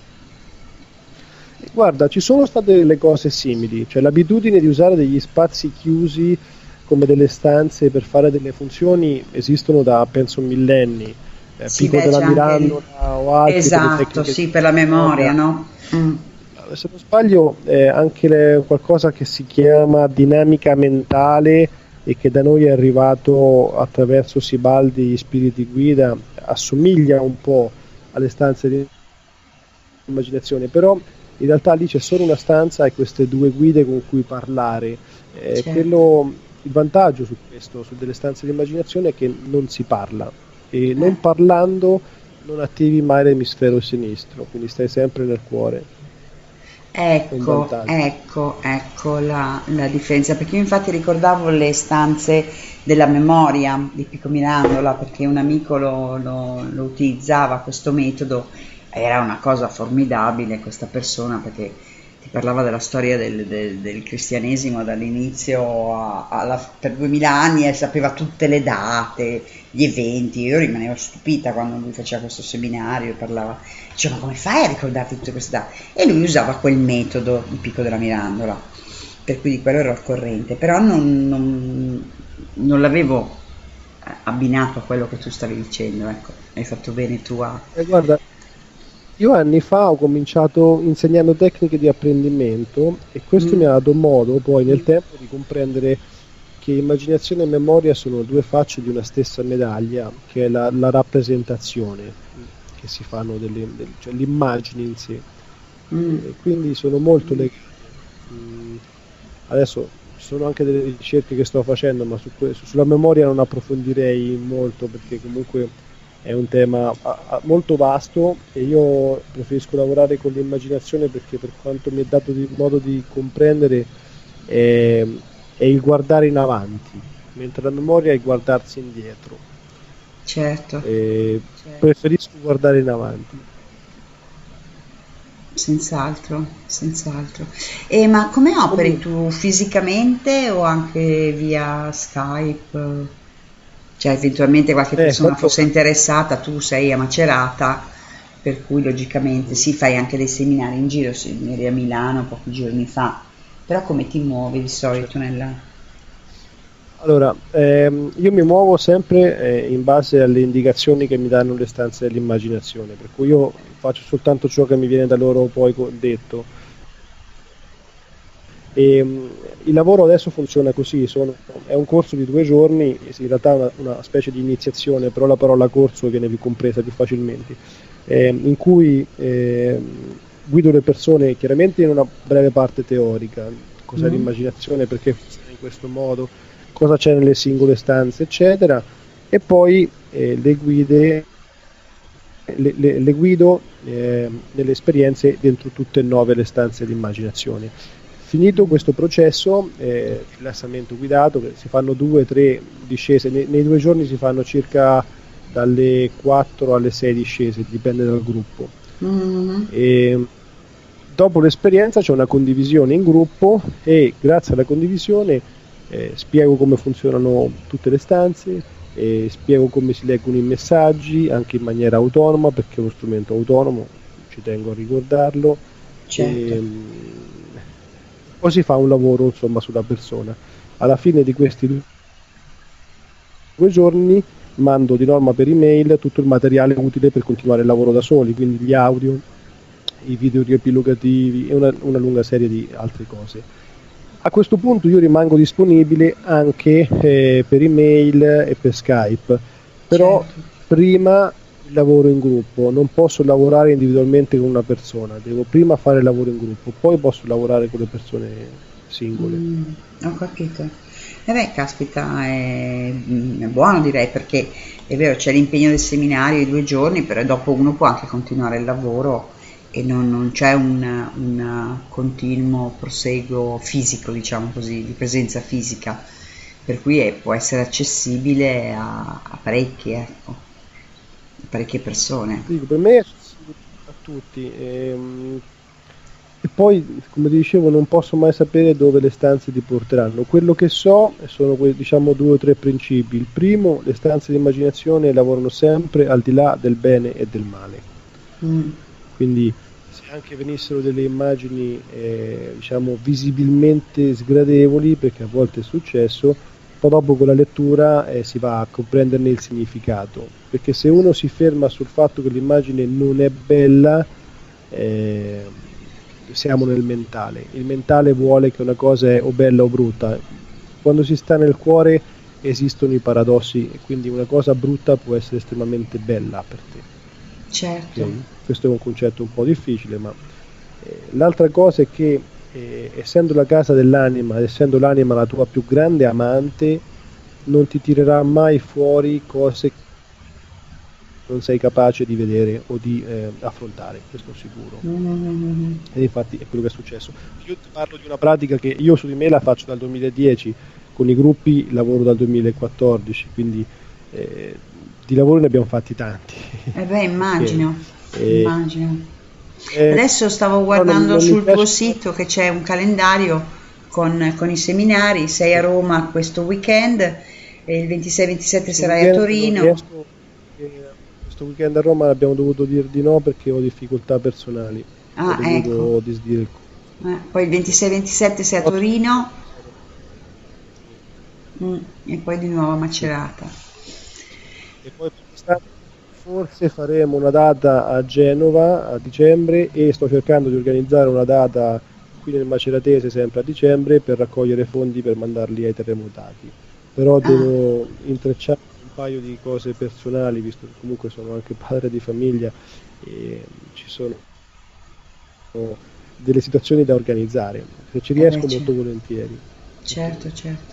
Guarda, ci sono state delle cose simili, cioè l'abitudine di usare degli spazi chiusi come delle stanze per fare delle funzioni esistono da penso millenni, Pico della Mirandola o altri. Esatto, sì, per la memoria, no? Se non sbaglio anche qualcosa che si chiama dinamica mentale e che da noi è arrivato attraverso Sibaldi, spiriti guida, assomiglia un po' alle stanze di immaginazione, però in realtà lì c'è solo una stanza e queste 2 guide con cui parlare. Il vantaggio su questo, su delle stanze di immaginazione, è che non si parla, e non parlando non attivi mai l'emisfero sinistro, quindi stai sempre nel cuore. Ecco la differenza, perché io infatti ricordavo le stanze della memoria di Pico Mirandola, perché un amico lo utilizzava questo metodo, era una cosa formidabile questa persona, perché ti parlava della storia del cristianesimo dall'inizio per 2000 anni, e sapeva tutte le date, gli eventi. Io rimanevo stupita quando lui faceva questo seminario e parlava, dicevo, ma come fai a ricordarti tutte queste date? E lui usava quel metodo di Pico della Mirandola, per cui di quello ero al corrente, però non l'avevo abbinato a quello che tu stavi dicendo, ecco, hai fatto bene tu a... Guarda, io anni fa ho cominciato insegnando tecniche di apprendimento, e questo mi ha dato modo poi nel tempo di comprendere che immaginazione e memoria sono 2 facce di una stessa medaglia, che è la rappresentazione che si fanno cioè l'immagine in sé. Quindi sono molto legati. Adesso ci sono anche delle ricerche che sto facendo, ma sulla memoria non approfondirei molto, perché comunque è un tema molto vasto, e io preferisco lavorare con l'immaginazione, perché per quanto mi è dato modo di comprendere è il guardare in avanti, mentre la memoria è il guardarsi indietro. Certo. Preferisco guardare in avanti. Senz'altro. Ma come operi tu, fisicamente o anche via Skype? Cioè eventualmente qualche persona fosse interessata, tu sei a Macerata, per cui logicamente fai anche dei seminari in giro, eri a Milano pochi giorni fa, però come ti muovi di solito Allora, io mi muovo sempre in base alle indicazioni che mi danno le stanze dell'immaginazione, per cui io faccio soltanto ciò che mi viene da loro poi detto. Il lavoro adesso funziona così, è un corso di 2 giorni, in realtà è una specie di iniziazione, però la parola corso viene più compresa più facilmente, in cui guido le persone chiaramente in una breve parte teorica, cos'è l'immaginazione, perché funziona in questo modo, cosa c'è nelle singole stanze, eccetera, e poi le guido nelle esperienze dentro tutte e 9 le stanze di immaginazione. Finito questo processo, rilassamento guidato, che si fanno 2-3 discese, nei 2 giorni si fanno circa dalle 4 alle 6 discese, dipende dal gruppo. E dopo l'esperienza c'è una condivisione in gruppo e grazie alla condivisione spiego come funzionano tutte le stanze, spiego come si leggono i messaggi anche in maniera autonoma, perché è uno strumento autonomo, ci tengo a ricordarlo. Certo. Poi si fa un lavoro sulla persona. Alla fine di questi 2 giorni mando di norma per email tutto il materiale utile per continuare il lavoro da soli, quindi gli audio, i video riepilogativi e una lunga serie di altre cose. A questo punto io rimango disponibile anche per email e per Skype, però prima il lavoro in gruppo, non posso lavorare individualmente con una persona, devo prima fare il lavoro in gruppo, poi posso lavorare con le persone singole. Ho capito. Caspita, è buono, direi, perché è vero, c'è l'impegno del seminario i 2 giorni, però dopo uno può anche continuare il lavoro e non c'è un continuo proseguo fisico, diciamo così, di presenza fisica, per cui può essere accessibile a parecchie persone. Dico, per me è accessibile a tutti. E poi, come ti dicevo, non posso mai sapere dove le stanze ti porteranno. Quello che so sono 2 o 3 principi. Il primo, le stanze di immaginazione lavorano sempre al di là del bene e del male. Quindi se anche venissero delle immagini visibilmente sgradevoli, perché a volte è successo, poi dopo con la lettura si va a comprenderne il significato, perché se uno si ferma sul fatto che l'immagine non è bella, siamo nel mentale. Il mentale vuole che una cosa è o bella o brutta. Quando si sta nel cuore esistono i paradossi, e quindi una cosa brutta può essere estremamente bella per te. Certo. Okay? Questo è un concetto un po' difficile, ma l'altra cosa è che essendo la casa dell'anima, essendo l'anima la tua più grande amante, non ti tirerà mai fuori cose che non sei capace di vedere o di affrontare, questo sicuro. E infatti è quello che è successo. Io ti parlo di una pratica che io su di me la faccio dal 2010, con i gruppi lavoro dal 2014, quindi di lavoro ne abbiamo fatti tanti. Immagino. Adesso stavo guardando sul tuo sito che c'è un calendario con i seminari. Sei a Roma questo weekend e il 26-27 sarai a Torino. Questo weekend a Roma abbiamo dovuto dire di no perché ho difficoltà personali. Ecco. Disdire. Poi il 26-27 sei a Torino e poi di nuovo a Macerata. E poi forse faremo una data a Genova a dicembre, e sto cercando di organizzare una data qui nel Maceratese sempre a dicembre per raccogliere fondi per mandarli ai terremotati. Però devo intrecciare un paio di cose personali, visto che comunque sono anche padre di famiglia e ci sono delle situazioni da organizzare. Se ci riesco molto volentieri. Certo.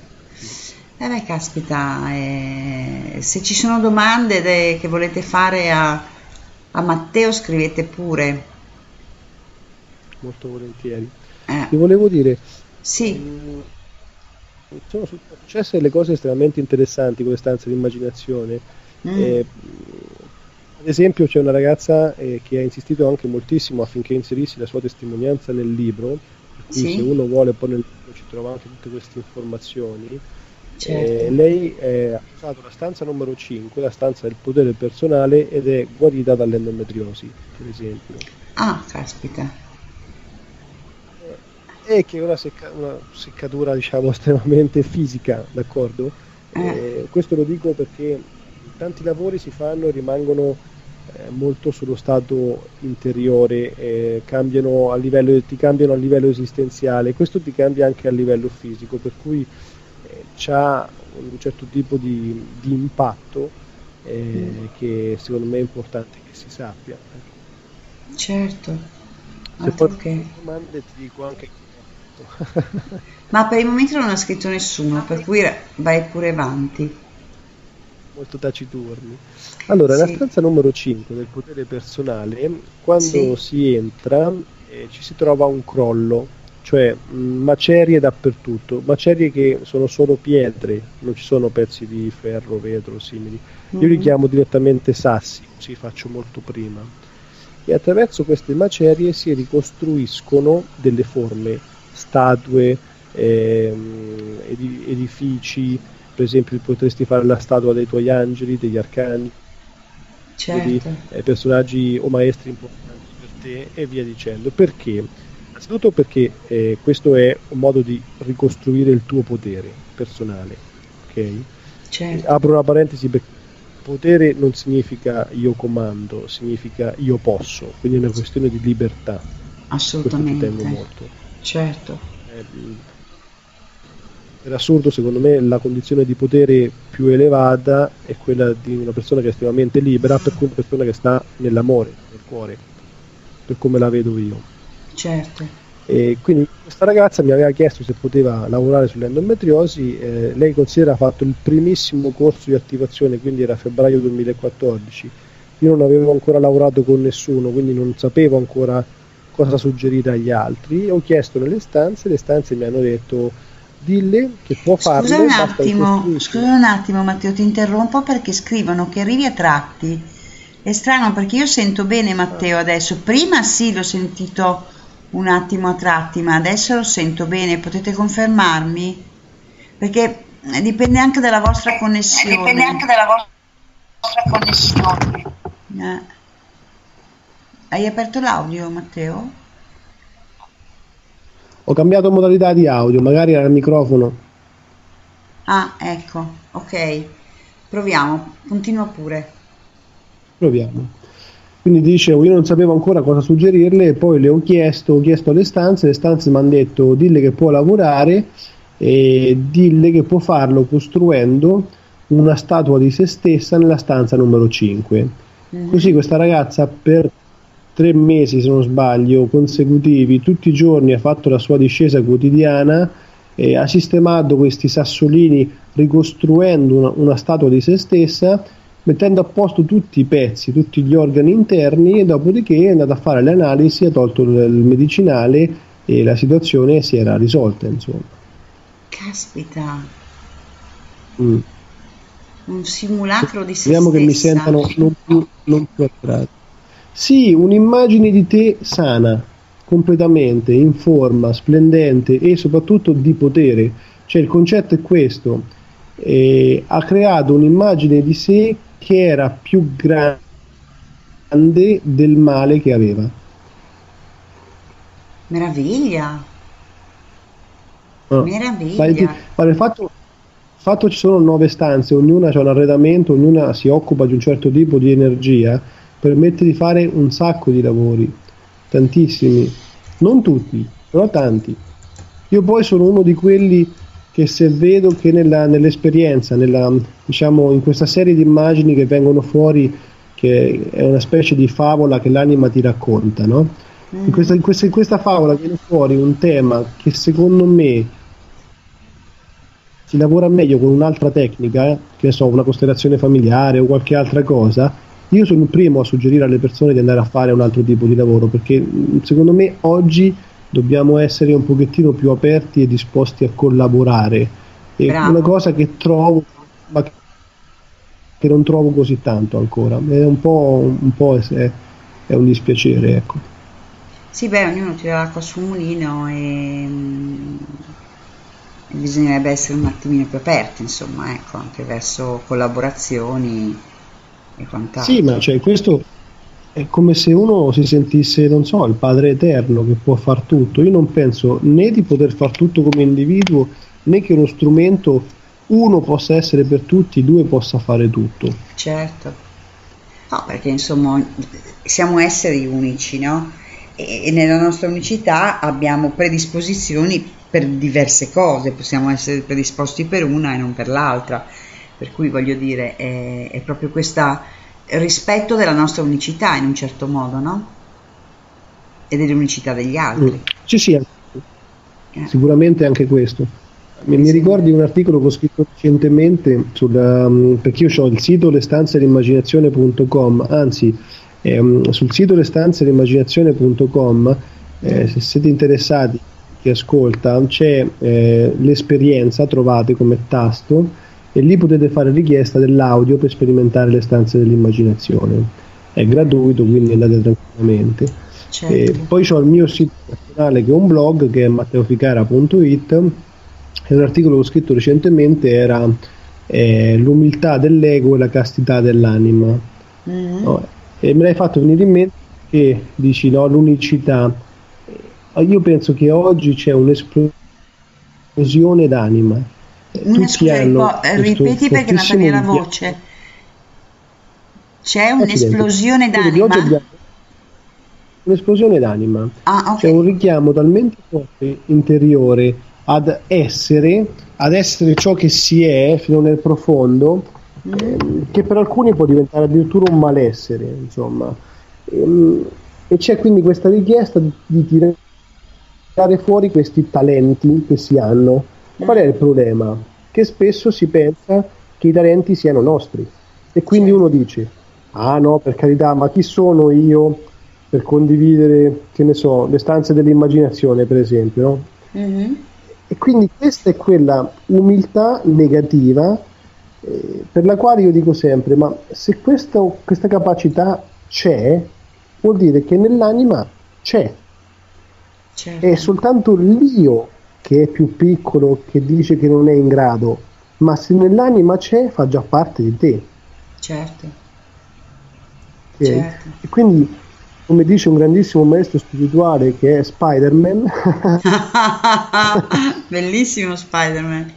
Caspita, se ci sono domande che volete fare a Matteo, scrivete pure. Molto volentieri. Ti volevo dire, sì, sono successe delle cose estremamente interessanti con le stanze di immaginazione. Ad esempio c'è una ragazza che ha insistito anche moltissimo affinché inserissi la sua testimonianza nel libro, per cui se uno vuole poi nel libro ci trova anche tutte queste informazioni. Certo. Lei ha usato la stanza numero 5, la stanza del potere personale, ed è guarita dall'endometriosi, per esempio. Ah, caspita. E che è una seccatura, diciamo, estremamente fisica, d'accordo? Questo lo dico perché tanti lavori si fanno e rimangono molto sullo stato interiore, ti cambiano a livello esistenziale, questo ti cambia anche a livello fisico, per cui c'ha un certo tipo di impatto che secondo me è importante che si sappia. Certo. Se poi domande ti dico anche. Ma per il momento non ha scritto nessuno, per cui vai pure avanti. Molto taciturni. Allora, Sì. la stanza numero 5 del potere personale, quando si entra ci si trova un crollo, cioè macerie dappertutto, macerie che sono solo pietre, non ci sono pezzi di ferro, vetro, simili. Io li chiamo direttamente sassi, così faccio molto prima. E attraverso queste macerie si ricostruiscono delle forme, statue, edifici. Per esempio potresti fare la statua dei tuoi angeli, degli arcani, Certo. personaggi o maestri importanti per te, e via dicendo. Perché? Innanzitutto perché questo è un modo di ricostruire il tuo potere personale, ok? Certo. Apro una parentesi, perché potere non significa io comando, significa io posso, quindi è una questione di libertà. Assolutamente. Questo ci tengo molto. Certo. Per assurdo, secondo me la condizione di potere più elevata è quella di una persona che è estremamente libera, per cui una persona che sta nell'amore, nel cuore, per come la vedo io. Certo. E quindi questa ragazza mi aveva chiesto se poteva lavorare sull'endometriosi. Lei considera ha fatto il primissimo corso di attivazione, quindi era febbraio 2014. Io non avevo ancora lavorato con nessuno, quindi non sapevo ancora cosa suggerire agli altri. Ho chiesto nelle stanze, le stanze mi hanno detto: dille che può farlo. Scusa un attimo Matteo, ti interrompo perché scrivono che arrivi a tratti. È strano perché io sento bene Matteo adesso. Prima sì, l'ho sentito un attimo a tratti, ma adesso lo sento bene. Potete confermarmi? Perché dipende anche dalla vostra connessione. Hai aperto l'audio, Matteo? Ho cambiato modalità di audio, magari era il microfono. Ah, ecco, ok. Proviamo, continua pure. Proviamo. Quindi dicevo, io non sapevo ancora cosa suggerirle, e poi le ho chiesto alle stanze mi hanno detto: dille che può lavorare e dille che può farlo costruendo una statua di se stessa nella stanza numero 5. Così questa ragazza per 3 mesi, se non sbaglio, consecutivi, tutti i giorni ha fatto la sua discesa quotidiana e ha sistemato questi sassolini ricostruendo una statua di se stessa, mettendo a posto tutti i pezzi, tutti gli organi interni, e dopodiché è andata a fare le analisi, ha tolto il medicinale e la situazione si era risolta, insomma. Caspita. Un simulacro di se Speriamo stessa. che mi sentano non più attratti. Sì, un'immagine di te sana, completamente, in forma, splendente e soprattutto di potere. Cioè il concetto è questo: ha creato un'immagine di sé che era più grande del male che aveva. Meraviglia. No. Meraviglia. Il fatto ci sono 9 stanze, ognuna ha un arredamento, ognuna si occupa di un certo tipo di energia, permette di fare un sacco di lavori, tantissimi, non tutti, però tanti. Io poi sono uno di quelli che, se vedo che nell'esperienza, diciamo in questa serie di immagini che vengono fuori, che è una specie di favola che l'anima ti racconta, no? In questa favola viene fuori un tema che secondo me si lavora meglio con un'altra tecnica, che ne so, una costellazione familiare o qualche altra cosa. Io sono il primo a suggerire alle persone di andare a fare un altro tipo di lavoro, perché secondo me oggi dobbiamo essere un pochettino più aperti e disposti a collaborare. È una cosa che trovo, ma che non trovo così tanto ancora. È un po' è un dispiacere, ecco. Sì, beh, ognuno tira l'acqua sul mulino e bisognerebbe essere un attimino più aperti, insomma, ecco, anche verso collaborazioni e quant'altro. Sì, ma cioè questo è come se uno si sentisse, non so, il padre eterno che può far tutto. Io non penso né di poter far tutto come individuo, né che uno strumento, uno, possa essere per tutti, due, possa fare tutto. Certo. No, perché insomma siamo esseri unici, no? E nella nostra unicità abbiamo predisposizioni per diverse cose, possiamo essere predisposti per una e non per l'altra, per cui voglio dire è proprio questo rispetto della nostra unicità in un certo modo, no? E dell'unicità degli altri. Sì, sicuramente anche questo. Mi ricordi un articolo che ho scritto recentemente perché io ho il sito lestanzedell'immaginazione.com, anzi sul sito lestanzedell'immaginazione.com, se siete interessati, chi ascolta, c'è l'esperienza, trovate come tasto, e lì potete fare richiesta dell'audio per sperimentare le stanze dell'immaginazione. È gratuito, quindi andate tranquillamente. Certo. E poi c'ho il mio sito personale che è un blog, che è matteoficara.it, e un articolo che ho scritto recentemente era l'umiltà dell'ego e la castità dell'anima. No? E me l'hai fatto venire in mente che dici, no, l'unicità. Io penso che oggi c'è un'esplosione d'anima. Ripeti perché non mi la voce. C'è un'esplosione d'anima? Un'esplosione d'anima. Okay. C'è un richiamo talmente forte interiore ad essere ciò che si è fino nel profondo, che per alcuni può diventare addirittura un malessere, insomma. E c'è quindi questa richiesta di tirare fuori questi talenti che si hanno. Qual è il problema? Che spesso si pensa che i talenti siano nostri, e quindi uno dice: ah no, per carità, ma chi sono io per condividere, che ne so, le stanze dell'immaginazione, per esempio, no? E quindi questa è quella umiltà negativa, per la quale io dico sempre: ma se questa capacità c'è, vuol dire che nell'anima c'è. Certo. È soltanto l'io che è più piccolo, che dice che non è in grado, ma se nell'anima c'è, fa già parte di te. Certo. Okay? Certo. E quindi, come dice un grandissimo maestro spirituale che è Spider-Man, bellissimo Spider-Man,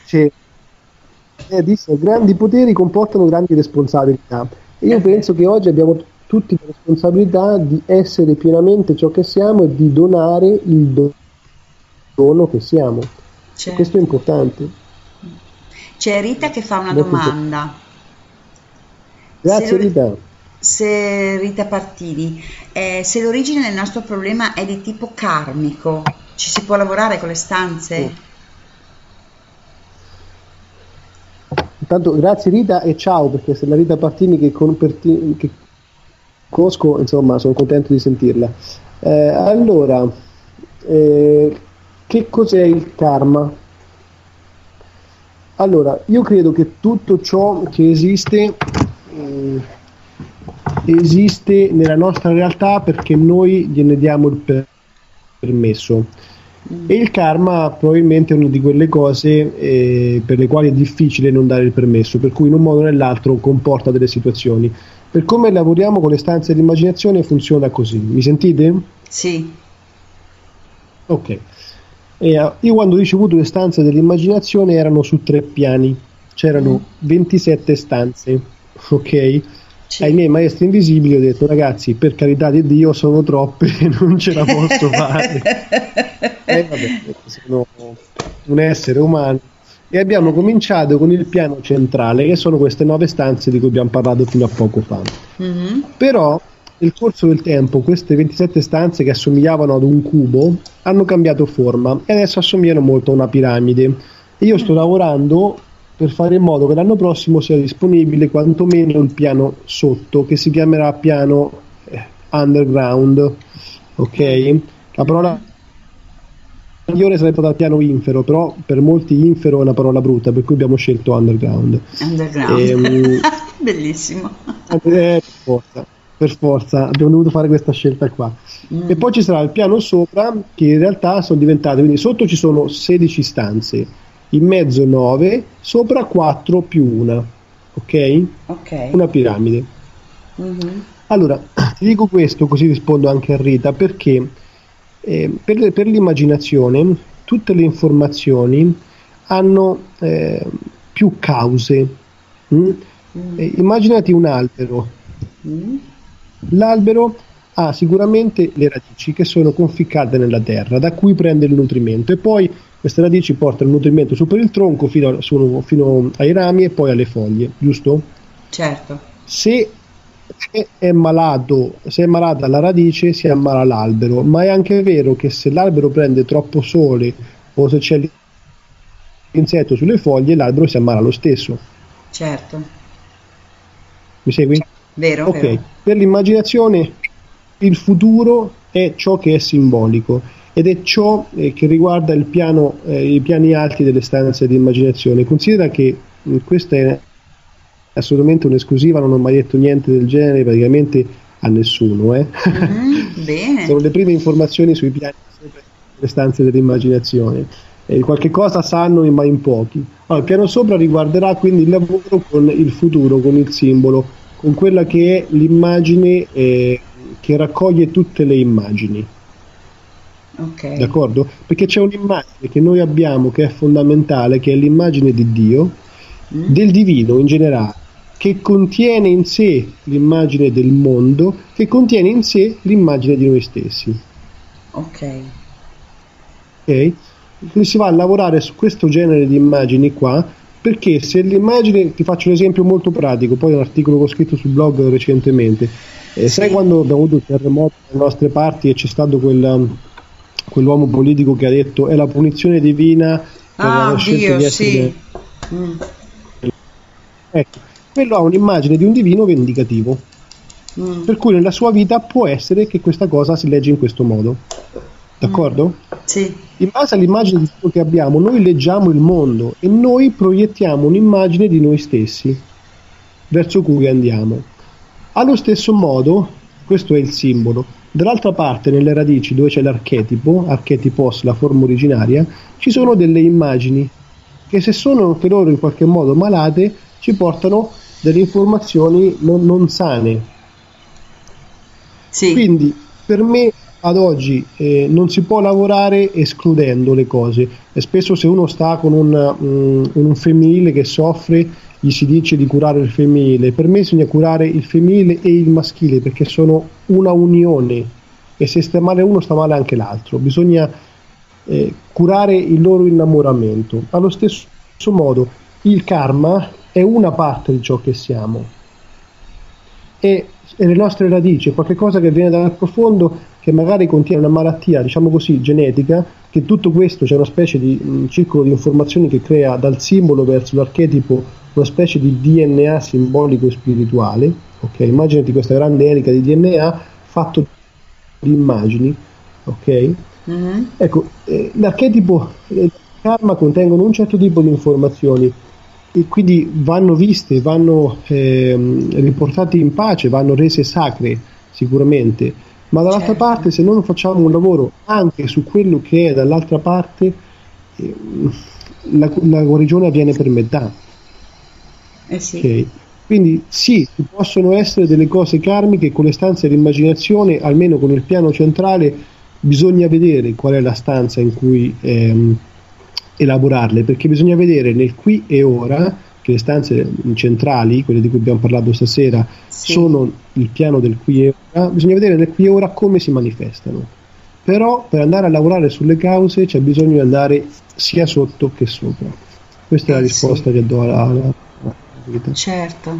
dice: grandi poteri comportano grandi responsabilità. E io penso che oggi abbiamo tutti la responsabilità di essere pienamente ciò che siamo e di donare il dono che siamo. Certo. Questo è importante. C'è Rita che fa una domanda. Grazie Rita. Se Rita Partini, se l'origine del nostro problema è di tipo karmico, ci si può lavorare con le stanze? Intanto grazie Rita e ciao, perché se la Rita Partini che conosco, insomma, sono contento di sentirla. Allora, che cos'è il karma? Allora, io credo che tutto ciò che esiste nella nostra realtà perché noi gliene diamo il permesso. E il karma probabilmente è una di quelle cose per le quali è difficile non dare il permesso, per cui in un modo o nell'altro comporta delle situazioni. Per come lavoriamo con le stanze dell'immaginazione funziona così. Mi sentite? Sì. Ok. Io quando ho ricevuto le stanze dell'immaginazione erano su 3 piani, c'erano 27 stanze, ok? Sì. Ai miei maestri invisibili ho detto: ragazzi, per carità di Dio, sono troppe, non ce la posso fare. Vabbè, sono un essere umano. E abbiamo cominciato con il piano centrale, che sono queste 9 stanze di cui abbiamo parlato fino a poco fa. Però nel corso del tempo queste 27 stanze, che assomigliavano ad un cubo, hanno cambiato forma e adesso assomigliano molto a una piramide. E io sto lavorando per fare in modo che l'anno prossimo sia disponibile quantomeno il piano sotto, che si chiamerà piano underground, ok? La parola migliore sarebbe stata piano infero, però per molti infero è una parola brutta, per cui abbiamo scelto underground. Bellissimo. Per forza abbiamo dovuto fare questa scelta qua. E poi ci sarà il piano sopra, che in realtà sono diventate, quindi sotto ci sono 16 stanze, in mezzo 9, sopra 4 più 1, ok? Una piramide. Allora, ti dico questo, così rispondo anche a Rita, perché per l'immaginazione tutte le informazioni hanno più cause. Immaginati un albero. L'albero ha sicuramente le radici che sono conficcate nella terra, da cui prende il nutrimento, e poi queste radici portano il nutrimento su per il tronco fino ai rami e poi alle foglie, giusto? Certo. Se è malata la radice, si ammala l'albero, ma è anche vero che se l'albero prende troppo sole o se c'è l'insetto sulle foglie, l'albero si ammala lo stesso. Certo. Mi segui? Vero, ok. vero. Per l'immaginazione il futuro è ciò che è simbolico ed è ciò che riguarda i piani alti delle stanze di immaginazione. Considera che questa è assolutamente un'esclusiva, non ho mai detto niente del genere praticamente a nessuno. Bene. Sono le prime informazioni sui piani delle stanze dell'immaginazione. Qualche cosa sanno, ma in pochi. Allora, il piano sopra riguarderà quindi il lavoro con il futuro, con il simbolo, con quella che è l'immagine che raccoglie tutte le immagini. Okay. D'accordo? Perché c'è un'immagine che noi abbiamo che è fondamentale, che è l'immagine di Dio, del divino in generale, che contiene in sé l'immagine del mondo, che contiene in sé l'immagine di noi stessi. Ok. Quindi si va a lavorare su questo genere di immagini qua, perché se l'immagine, ti faccio un esempio molto pratico, poi un articolo che ho scritto sul blog recentemente, sai quando abbiamo avuto il terremoto dalle nostre parti e c'è stato quell'uomo politico che ha detto è la punizione divina per la scelta di essere... Ecco, quello ha un'immagine di un divino vendicativo, per cui nella sua vita può essere che questa cosa si legge in questo modo. D'accordo? Sì. In base all'immagine di Dio che abbiamo, noi leggiamo il mondo e noi proiettiamo un'immagine di noi stessi verso cui andiamo. Allo stesso modo, questo è il simbolo. Dall'altra parte, nelle radici, dove c'è l'archetipo, archetipos, la forma originaria, ci sono delle immagini che, se sono anche loro in qualche modo malate, ci portano delle informazioni non sane. Sì. Quindi, per me, ad oggi non si può lavorare escludendo le cose, e spesso se uno sta con un femminile che soffre gli si dice di curare il femminile. Per me bisogna curare il femminile e il maschile, perché sono una unione e se sta male uno sta male anche l'altro. Bisogna curare il loro innamoramento. Allo stesso modo il karma è una parte di ciò che siamo e le nostre radici, qualche cosa che viene dal profondo, che magari contiene una malattia, diciamo così, genetica, che tutto questo c'è una specie di circolo di informazioni che crea dal simbolo verso l'archetipo una specie di DNA simbolico e spirituale. Ok, immaginati questa grande elica di DNA fatto di immagini. Ok, ecco, l'archetipo e il karma contengono un certo tipo di informazioni e quindi vanno viste, vanno riportate in pace, vanno rese sacre sicuramente, ma dall'altra parte, se non facciamo un lavoro anche su quello che è dall'altra parte, la guarigione avviene per metà. Sì. Okay. Quindi sì, ci possono essere delle cose karmiche con le stanze dell'immaginazione, almeno con il piano centrale bisogna vedere qual è la stanza in cui elaborarle, perché bisogna vedere nel qui e ora, che le stanze centrali, quelle di cui abbiamo parlato stasera, sono il piano del qui e ora. Bisogna vedere nel qui e ora come si manifestano, però per andare a lavorare sulle cause c'è bisogno di andare sia sotto che sopra. Questa è la risposta che do alla Certo.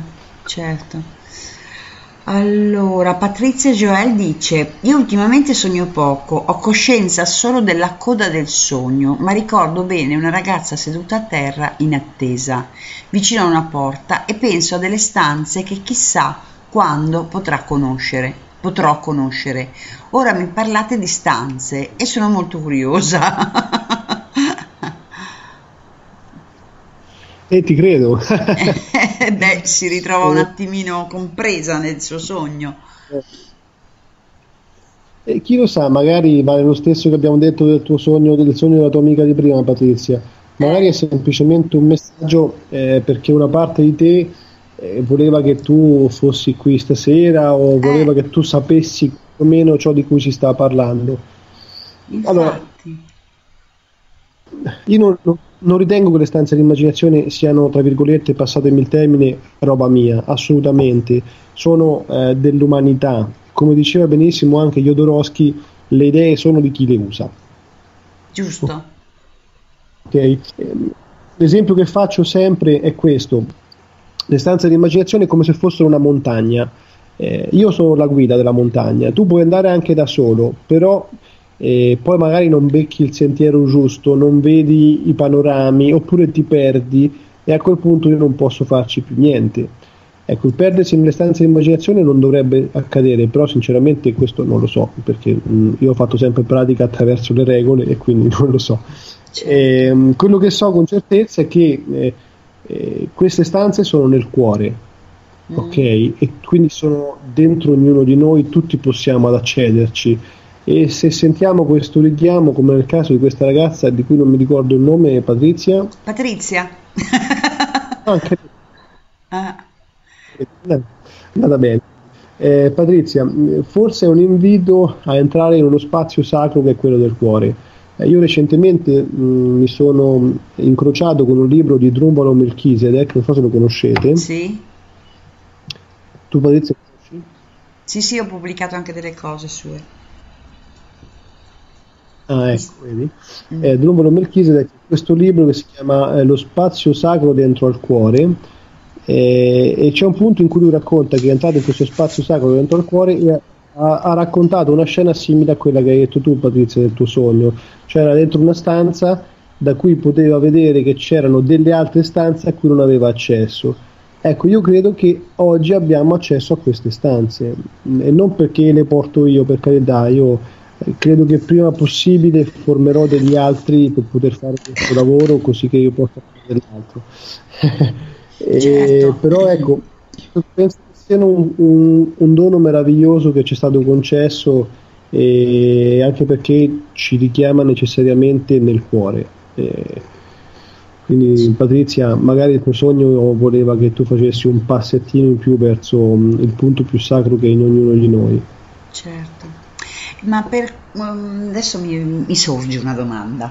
Allora, Patrizia Joel dice: io ultimamente sogno poco, ho coscienza solo della coda del sogno, ma ricordo bene una ragazza seduta a terra in attesa, vicino a una porta, e penso a delle stanze che chissà quando potrò conoscere. Ora mi parlate di stanze e sono molto curiosa. E ti credo. Si ritrova un attimino compresa nel suo sogno. E chi lo sa, magari vale lo stesso che abbiamo detto del tuo sogno, del sogno della tua amica di prima, Patrizia. Magari è semplicemente un messaggio perché una parte di te voleva che tu fossi qui stasera o voleva che tu sapessi più o meno ciò di cui si sta parlando. Infatti. Allora, io non ritengo che le stanze di immaginazione siano, tra virgolette, passatemi il termine, roba mia, assolutamente. Sono dell'umanità. Come diceva benissimo anche Jodorowsky, le idee sono di chi le usa. Giusto. Okay. L'esempio che faccio sempre è questo: le stanze di immaginazione è come se fossero una montagna. Io sono la guida della montagna, tu puoi andare anche da solo, però poi magari non becchi il sentiero giusto, non vedi i panorami oppure ti perdi e a quel punto io non posso farci più niente. Ecco, il perdersi nelle stanze di immaginazione non dovrebbe accadere, però sinceramente questo non lo so, perché io ho fatto sempre pratica attraverso le regole e quindi non lo so. Quello che so con certezza è che queste stanze sono nel cuore, ok? E quindi sono dentro ognuno di noi, tutti possiamo ad accederci, e se sentiamo questo richiamo, come nel caso di questa ragazza di cui non mi ricordo il nome, Patrizia? Anche andata bene. Patrizia, forse è un invito a entrare in uno spazio sacro che è quello del cuore. Io recentemente mi sono incrociato con un libro di Drunvalo Melchizedek, non so se lo conoscete. Sì. Tu, Patrizia, conosci? Sì, ho pubblicato anche delle cose sue. Ah, ecco, vedi. Drunvalo Melchizedek, questo libro che si chiama Lo spazio sacro dentro al cuore, e c'è un punto in cui lui racconta che è entrato in questo spazio sacro dentro al cuore e ha raccontato una scena simile a quella che hai detto tu, Patrizia, del tuo sogno. Cioè era dentro una stanza da cui poteva vedere che c'erano delle altre stanze a cui non aveva accesso. Ecco, io credo che oggi abbiamo accesso a queste stanze, e non perché le porto io, per carità. Io credo che prima possibile formerò degli altri per poter fare questo lavoro, così che io possa fare dell'altro. Certo. Però ecco, penso che sia un dono meraviglioso che ci è stato concesso, e anche perché ci richiama necessariamente nel cuore. Quindi Patrizia, magari il tuo sogno voleva che tu facessi un passettino in più verso il punto più sacro che è in ognuno di noi. Certo, ma adesso mi sorge una domanda.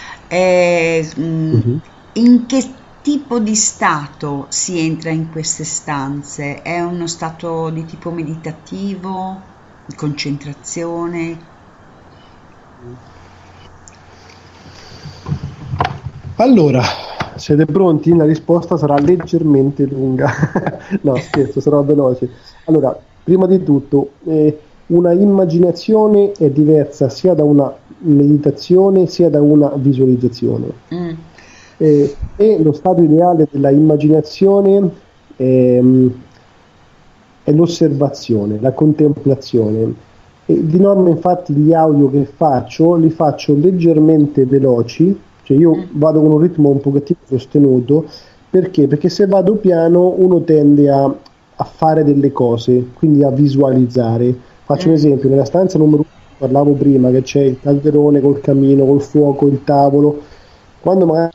In che tipo di stato si entra in queste stanze? È uno stato di tipo meditativo, di concentrazione? Allora, siete pronti? La risposta sarà leggermente lunga. No, scherzo, sarò veloce. Allora, prima di tutto, una immaginazione è diversa sia da una meditazione sia da una visualizzazione. E lo stato ideale della immaginazione è l'osservazione, la contemplazione. E di norma, infatti, gli audio che faccio li faccio leggermente veloci, cioè io vado con un ritmo un pochettino sostenuto. Perché? Perché se vado piano uno tende a fare delle cose, quindi a visualizzare. Faccio un esempio: nella stanza numero 1 parlavo prima, che c'è il calderone col camino, col fuoco, il tavolo. Quando magari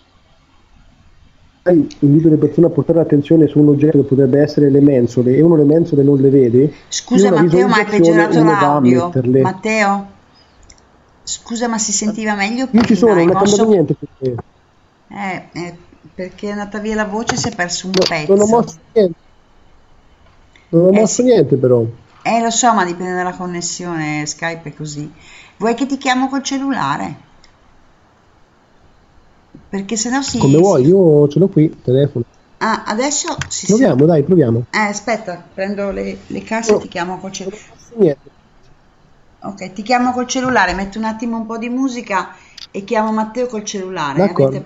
invito le persone a portare l'attenzione su un oggetto che potrebbe essere le mensole, e uno le mensole non le vede, scusa Matteo, ma hai peggiorato l'audio. metterle. Matteo, scusa, ma si sentiva meglio Io ci sono, prima? non è cambiato niente per te. Perché è andata via la voce, si è perso un pezzo. Non ho mosso niente. Non ho mosso niente, però. Lo so, ma dipende dalla connessione, Skype è così. Vuoi che ti chiamo col cellulare? Perché sennò si... Come vuoi, io ce l'ho qui, telefono. Ah, adesso si... Proviamo, dai, proviamo. Aspetta, prendo le casse e ti chiamo col cellulare. Non ho mosso niente. Ok, ti chiamo col cellulare, metto un attimo un po' di musica e chiamo Matteo col cellulare. D'accordo.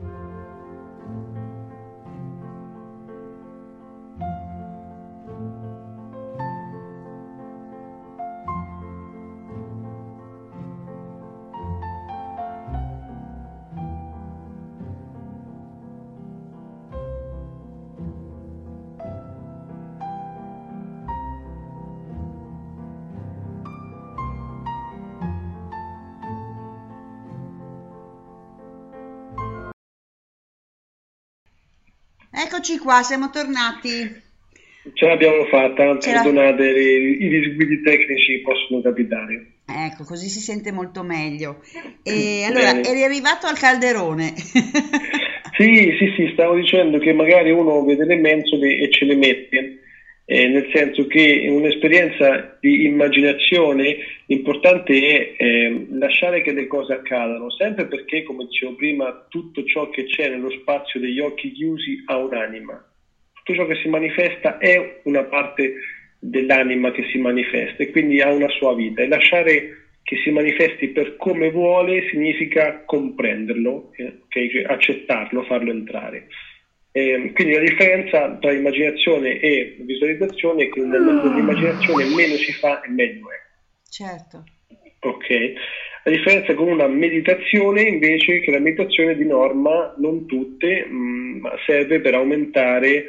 Eccoci qua, siamo tornati. Ce l'abbiamo fatta, perdonate, i disguidi tecnici possono capitare. Ecco, così si sente molto meglio. E allora, eri arrivato al calderone. Sì, stavo dicendo che magari uno vede le mensole e ce le mette, nel senso che in un'esperienza di immaginazione l'importante è lasciare che le cose accadano, sempre perché, come dicevo prima, tutto ciò che c'è nello spazio degli occhi chiusi ha un'anima. Tutto ciò che si manifesta è una parte dell'anima che si manifesta e quindi ha una sua vita, e lasciare che si manifesti per come vuole significa comprenderlo, accettarlo, farlo entrare. Quindi la differenza tra immaginazione e visualizzazione è che nell'immaginazione meno si fa e meglio è. Certo. Ok. La differenza con una meditazione invece è che la meditazione di norma, non tutte, serve per aumentare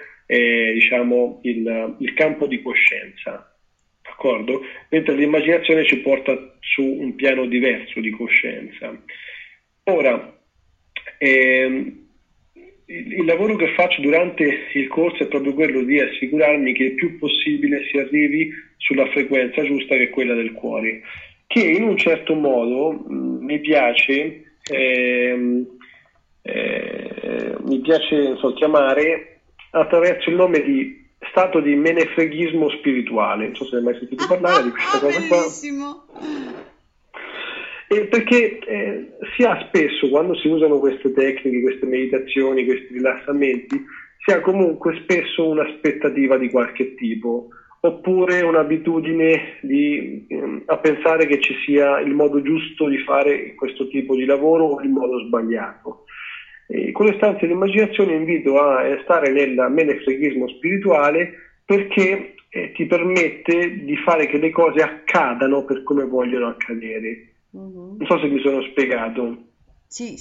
il campo di coscienza, d'accordo? Mentre l'immaginazione ci porta su un piano diverso di coscienza. Ora, il lavoro che faccio durante il corso è proprio quello di assicurarmi che il più possibile si arrivi sulla frequenza giusta, che è quella del cuore, che in un certo modo mi piace chiamare attraverso il nome di stato di menefreghismo spirituale. Non so se hai mai sentito parlare di questa cosa qua. Bellissimo! Perché si ha spesso, quando si usano queste tecniche, queste meditazioni, questi rilassamenti, si ha comunque spesso un'aspettativa di qualche tipo, oppure un'abitudine a pensare che ci sia il modo giusto di fare questo tipo di lavoro o il modo sbagliato. Con le stanze di immaginazione invito a stare nel menefreghismo spirituale, perché ti permette di fare che le cose accadano per come vogliono accadere. Non so se mi sono spiegato. Sì.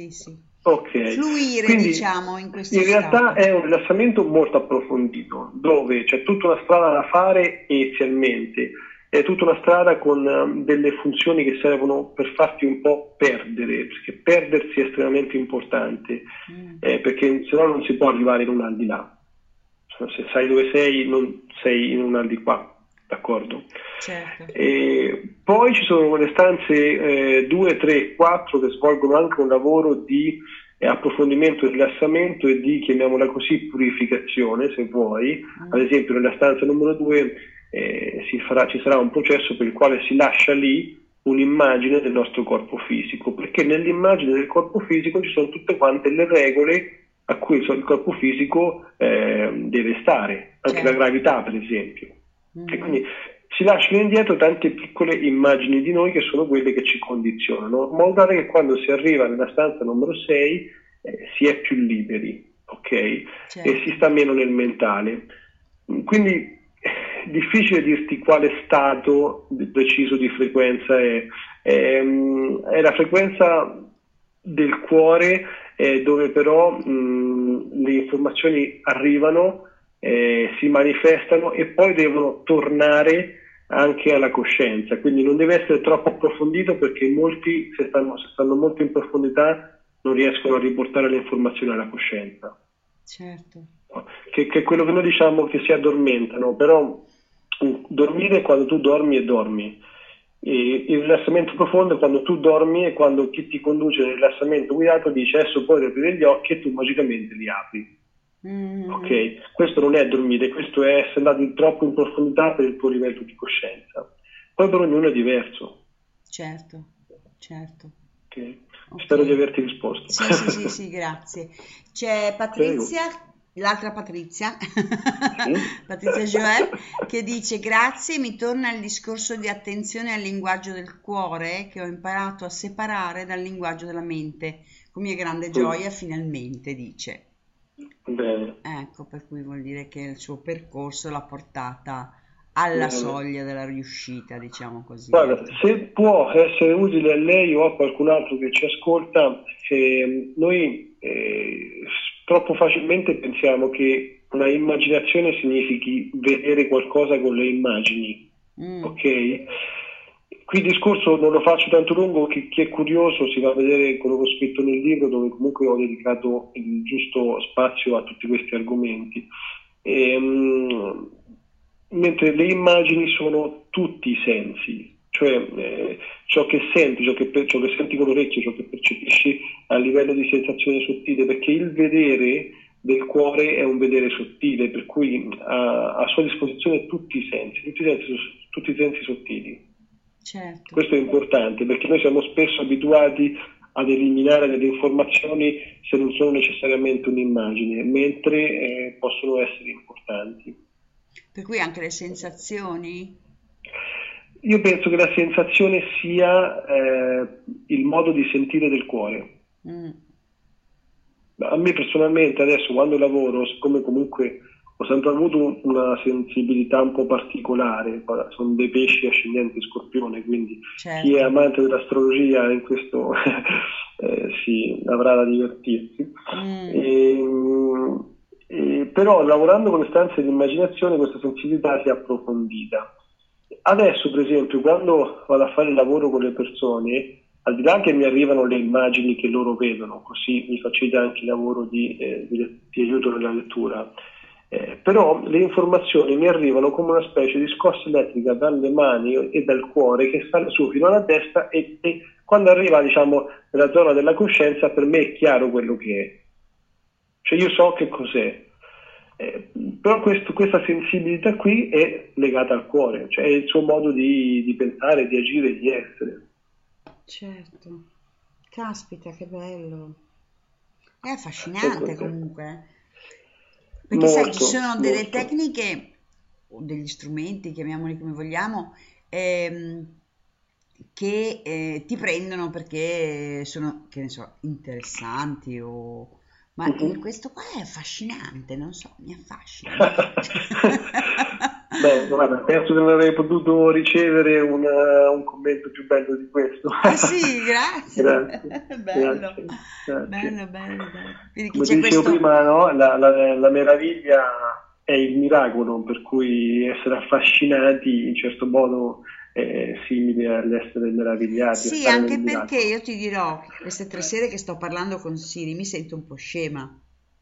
Ok. Fluire, quindi, diciamo, in questo in realtà stato. è un rilassamento molto approfondito, dove c'è tutta una strada da fare inizialmente, è tutta una strada con delle funzioni che servono per farti un po' perdere, perché perdersi è estremamente importante, perché se no non si può arrivare in un al di là. Se sai dove sei, non sei in un al di qua. D'accordo? Certo. E poi ci sono le stanze 2, 3, 4 che svolgono anche un lavoro di approfondimento e rilassamento e di, chiamiamola così, purificazione, se vuoi. Ad esempio nella stanza numero 2 ci sarà un processo per il quale si lascia lì un'immagine del nostro corpo fisico, perché nell'immagine del corpo fisico ci sono tutte quante le regole a cui il corpo fisico deve stare, anche la gravità per esempio. E quindi si lasciano indietro tante piccole immagini di noi che sono quelle che ci condizionano, in modo tale che quando si arriva nella stanza numero 6 si è più liberi, ok? Certo. E si sta meno nel mentale. Quindi è difficile dirti quale stato preciso di frequenza è la frequenza del cuore, dove però le informazioni arrivano, si manifestano e poi devono tornare anche alla coscienza, quindi non deve essere troppo approfondito, perché molti, se stanno molto in profondità, non riescono a riportare le informazioni alla coscienza. Certo. Che è quello che noi diciamo che si addormentano, però dormire è quando tu dormi e dormi. E il rilassamento profondo è quando tu dormi e quando chi ti conduce nel rilassamento guidato dice adesso puoi aprire gli occhi e tu magicamente li apri. Ok, questo non è dormire, questo è essere andato troppo in profondità per il tuo livello di coscienza. Poi per ognuno è diverso. Certo. Okay. Spero di averti risposto. Sì, grazie. C'è Patrizia, l'altra Patrizia, Patrizia Joel, che dice grazie, mi torna il discorso di attenzione al linguaggio del cuore che ho imparato a separare dal linguaggio della mente. con mia grande gioia finalmente, dice. Bene. Ecco, per cui vuol dire che il suo percorso l'ha portata alla soglia della riuscita, diciamo così. Guarda, se può essere utile a lei o a qualcun altro che ci ascolta, noi troppo facilmente pensiamo che una immaginazione significhi vedere qualcosa con le immagini, ok? Qui il discorso non lo faccio tanto lungo, chi è curioso si va a vedere quello che ho scritto nel libro, dove comunque ho dedicato il giusto spazio a tutti questi argomenti. Mentre le immagini sono tutti i sensi, cioè ciò che senti, ciò che senti con l'orecchio, ciò che percepisci a livello di sensazione sottile, perché il vedere del cuore è un vedere sottile, per cui ha a sua disposizione tutti i sensi sottili. Certo. Questo è importante, perché noi siamo spesso abituati ad eliminare delle informazioni se non sono necessariamente un'immagine, mentre possono essere importanti. Per cui anche le sensazioni? Io penso che la sensazione sia il modo di sentire del cuore. A me personalmente adesso quando lavoro, siccome comunque ho sempre avuto una sensibilità un po' particolare, sono dei pesci ascendenti Scorpione, quindi certo. Chi è amante dell'astrologia in questo si avrà da divertirsi. Però lavorando con le stanze di immaginazione questa sensibilità si è approfondita. Adesso per esempio quando vado a fare il lavoro con le persone, al di là che mi arrivano le immagini che loro vedono, così mi facilita anche il lavoro di aiuto nella lettura, però le informazioni mi arrivano come una specie di scossa elettrica dalle mani e dal cuore che sale su fino alla testa e quando arriva diciamo nella zona della coscienza per me è chiaro quello che è, cioè io so che cos'è. Però questa sensibilità qui è legata al cuore, cioè è il suo modo di pensare, di agire, di essere. Certo, caspita che bello, è affascinante comunque, perché sai ci sono delle tecniche o degli strumenti, chiamiamoli come vogliamo, che ti prendono perché sono, che ne so, interessanti o... Ma questo qua è affascinante, non so, mi affascina. Beh, guarda, penso di non aver potuto ricevere un commento più bello di questo. Ah sì, grazie. Bello. Grazie. Bello. Quindi come dicevo prima, no? La meraviglia è il miracolo, per cui essere affascinati in certo modo è simile all'essere meravigliati. Sì, anche perché io ti dirò, queste 3 sere che sto parlando con Siri mi sento un po' scema.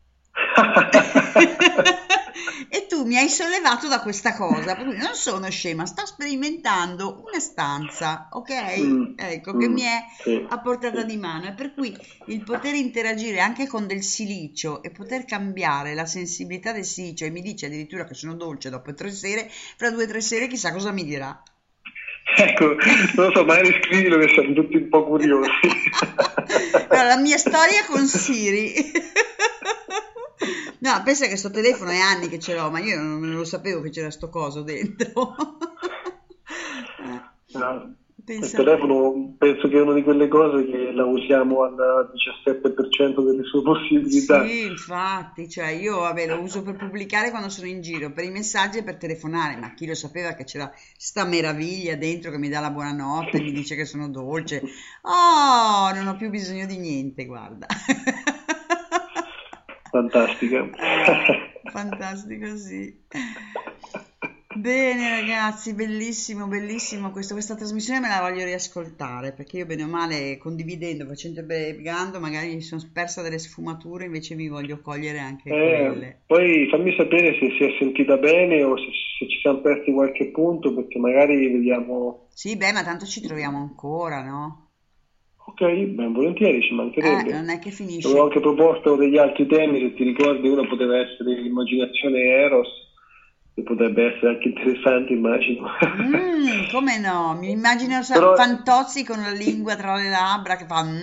E tu mi hai sollevato da questa cosa, per cui non sono scema, sto sperimentando una stanza, ok? Ecco, che mi è a portata di mano, e per cui il poter interagire anche con del silicio e poter cambiare la sensibilità del silicio, e mi dice addirittura che sono dolce dopo 3 sere, fra 2 o 3 sere chissà cosa mi dirà. Ecco, non lo so, magari scrivilo che siamo tutti un po' curiosi. Allora, la mia storia con Siri. No, pensa che sto telefono è anni che ce l'ho, ma io non lo sapevo che c'era sto coso dentro. No, il telefono penso che è una di quelle cose che la usiamo al 17% delle sue possibilità. Sì, infatti, cioè io lo uso per pubblicare quando sono in giro, per i messaggi e per telefonare, ma chi lo sapeva che c'era sta meraviglia dentro che mi dà la buonanotte, mi dice che sono dolce. Oh, non ho più bisogno di niente, guarda. Fantastica. Fantastico, sì. Bene ragazzi, bellissimo questa trasmissione, me la voglio riascoltare perché io bene o male condividendo, facendo e brigando magari mi sono persa delle sfumature, invece mi voglio cogliere anche quelle. Poi fammi sapere se si è sentita bene o se ci siamo persi qualche punto, perché magari vediamo. Sì, ma tanto ci troviamo ancora, no? Ok, ben volentieri, ci mancherebbe. Non è che finisce. Avevo anche proposto degli altri temi, se ti ricordi, uno poteva essere l'immaginazione Eros, che potrebbe essere anche interessante, immagino. Come no? Mi immagino Fantozzi con la lingua tra le labbra che fa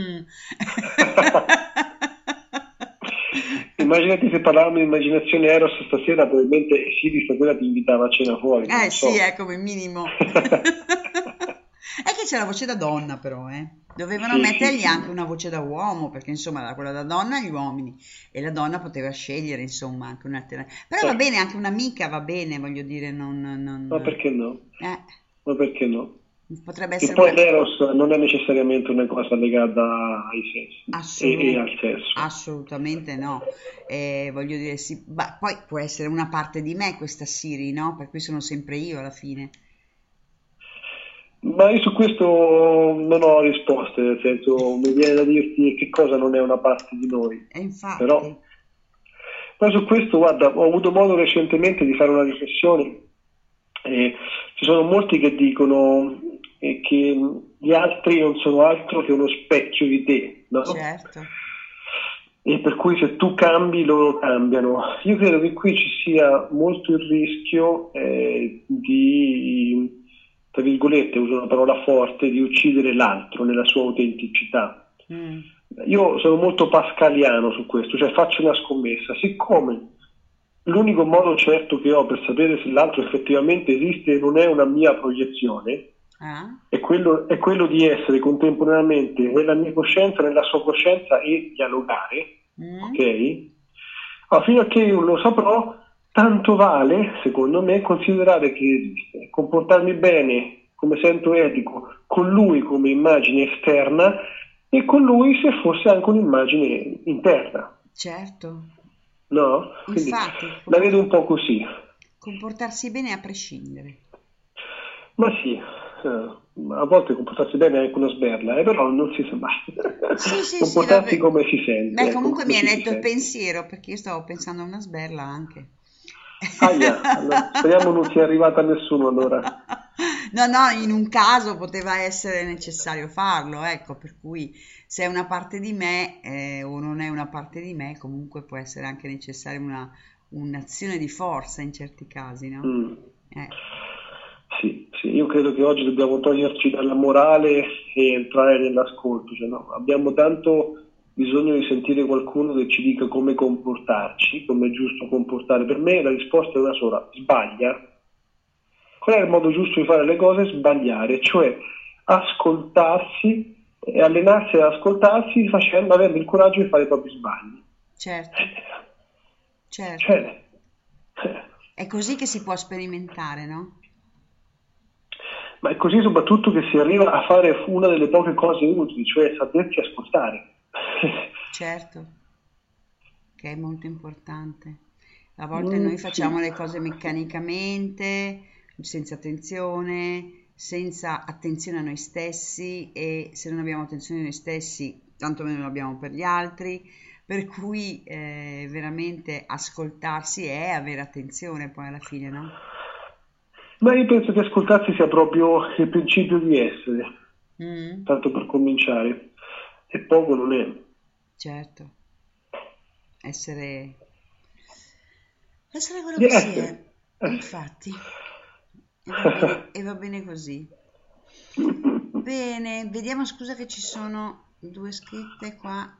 Immaginati se parlavamo di immaginazione Eros stasera, probabilmente Siri stasera ti invitava a cena fuori. Sì, come minimo. È che c'è la voce da donna però, dovevano mettergli anche una voce da uomo, perché insomma era quella da donna agli uomini, e la donna poteva scegliere insomma anche un'alternativa. Però va bene, anche un'amica va bene, voglio dire, Ma perché no? Ma perché no? Potrebbe essere e poi l'eros non è necessariamente una cosa legata ai sessi e al sesso. Assolutamente no. Voglio dire, poi può essere una parte di me questa Siri, no? Per cui sono sempre io alla fine. Ma io su questo non ho risposte, nel senso, mi viene da dirti che cosa non è una parte di noi. Infatti. Però su questo, guarda, ho avuto modo recentemente di fare una riflessione. Ci sono molti che dicono che gli altri non sono altro che uno specchio di te, no? Certo. E per cui se tu cambi loro cambiano. Io credo che qui ci sia molto il rischio di, tra virgolette, uso una parola forte, di uccidere l'altro nella sua autenticità. Io sono molto pascaliano su questo, cioè faccio una scommessa, siccome l'unico modo certo che ho per sapere se l'altro effettivamente esiste e non è una mia proiezione è quello di essere contemporaneamente nella mia coscienza, nella sua coscienza e dialogare, ok? Allora, fino a che io lo saprò, tanto vale, secondo me, considerare che esiste, comportarmi bene, come sento etico, con lui come immagine esterna e con lui se fosse anche un'immagine interna. Certo. No? Quindi infatti, la vedo un po' così. Comportarsi bene a prescindere. Ma sì, a volte comportarsi bene è anche una sberla, però non si sa mai. Comportarsi come si sente. Beh, comunque mi hai letto il pensiero, perché io stavo pensando a una sberla anche. Allora, speriamo non sia arrivata a nessuno allora. No, in un caso poteva essere necessario farlo, ecco, per cui se è una parte di me o non è una parte di me, comunque può essere anche necessaria un'azione di forza in certi casi, no? Sì, io credo che oggi dobbiamo toglierci dalla morale e entrare nell'ascolto, cioè, no? Abbiamo tanto bisogno di sentire qualcuno che ci dica come comportarci, come è giusto comportare. Per me la risposta è una sola: sbaglia. Qual è il modo giusto di fare le cose? Sbagliare, cioè ascoltarsi e allenarsi ad ascoltarsi avendo il coraggio di fare i propri sbagli. Certo. È così che si può sperimentare, no? Ma è così soprattutto che si arriva a fare una delle poche cose utili, cioè sapersi ascoltare. Certo, che è molto importante. A volte noi facciamo le cose meccanicamente, senza attenzione a noi stessi, e se non abbiamo attenzione a noi stessi, tanto meno l'abbiamo per gli altri, per cui veramente ascoltarsi è avere attenzione poi alla fine, no? Ma io penso che ascoltarsi sia proprio il principio di essere, tanto per cominciare, e poco non è. Certo, essere quello che si è, infatti, e va bene così. Bene, vediamo, scusa che ci sono due scritte qua.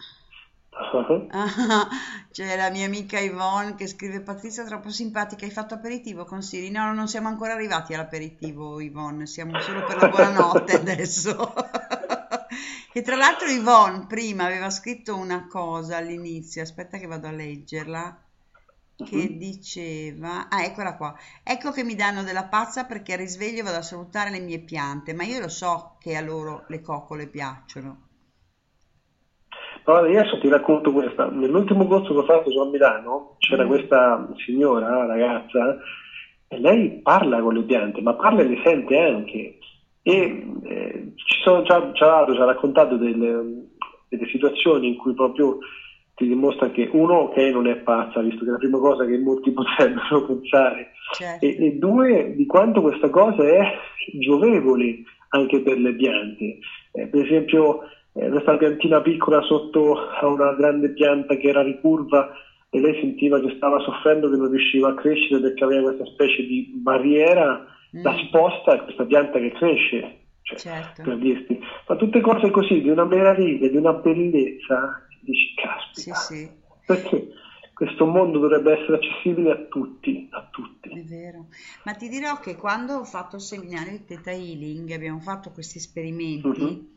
C'è la mia amica Yvonne che scrive: Patrizia troppo simpatica, hai fatto aperitivo con Siri? No, non siamo ancora arrivati all'aperitivo, Yvonne, siamo solo per la buonanotte adesso. E tra l'altro Yvonne prima aveva scritto una cosa all'inizio, aspetta che vado a leggerla, che diceva, eccola qua: ecco che mi danno della pazza perché al risveglio vado a salutare le mie piante, ma io lo so che a loro le coccole piacciono. Allora, adesso ti racconto questa. Nell'ultimo corso che ho fatto su a Milano c'era questa signora, ragazza, e lei parla con le piante, ma parla e le sente anche. E ci ha raccontato delle situazioni in cui proprio ti dimostra che uno, non è pazza, visto che è la prima cosa che molti potrebbero pensare, certo. e due, di quanto questa cosa è giovevole anche per le piante. Per esempio, questa piantina piccola sotto a una grande pianta che era ricurva, e lei sentiva che stava soffrendo, che non riusciva a crescere perché aveva questa specie di barriera, la sposta, e questa pianta che cresce, cioè, certo. Per dirti, ma tutte cose così, di una meraviglia, di una bellezza, dici caspita, sì. perché questo mondo dovrebbe essere accessibile a tutti. È vero. Ma ti dirò che quando ho fatto il seminario di Theta Healing abbiamo fatto questi esperimenti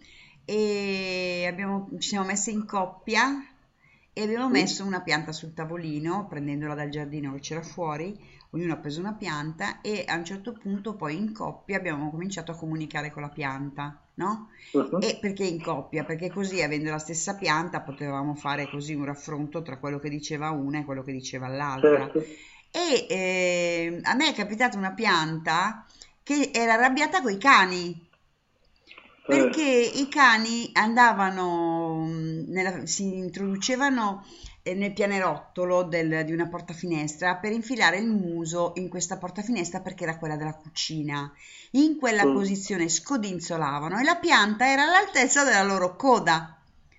e ci siamo messi in coppia e abbiamo messo una pianta sul tavolino, prendendola dal giardino che c'era fuori, ognuno ha preso una pianta e a un certo punto poi in coppia abbiamo cominciato a comunicare con la pianta, no? E perché in coppia? Perché così, avendo la stessa pianta, potevamo fare così un raffronto tra quello che diceva una e quello che diceva l'altra. Certo. E a me è capitata una pianta che era arrabbiata coi cani. Perché i cani andavano, si introducevano nel pianerottolo di una portafinestra per infilare il muso in questa portafinestra perché era quella della cucina. In quella posizione scodinzolavano e la pianta era all'altezza della loro coda.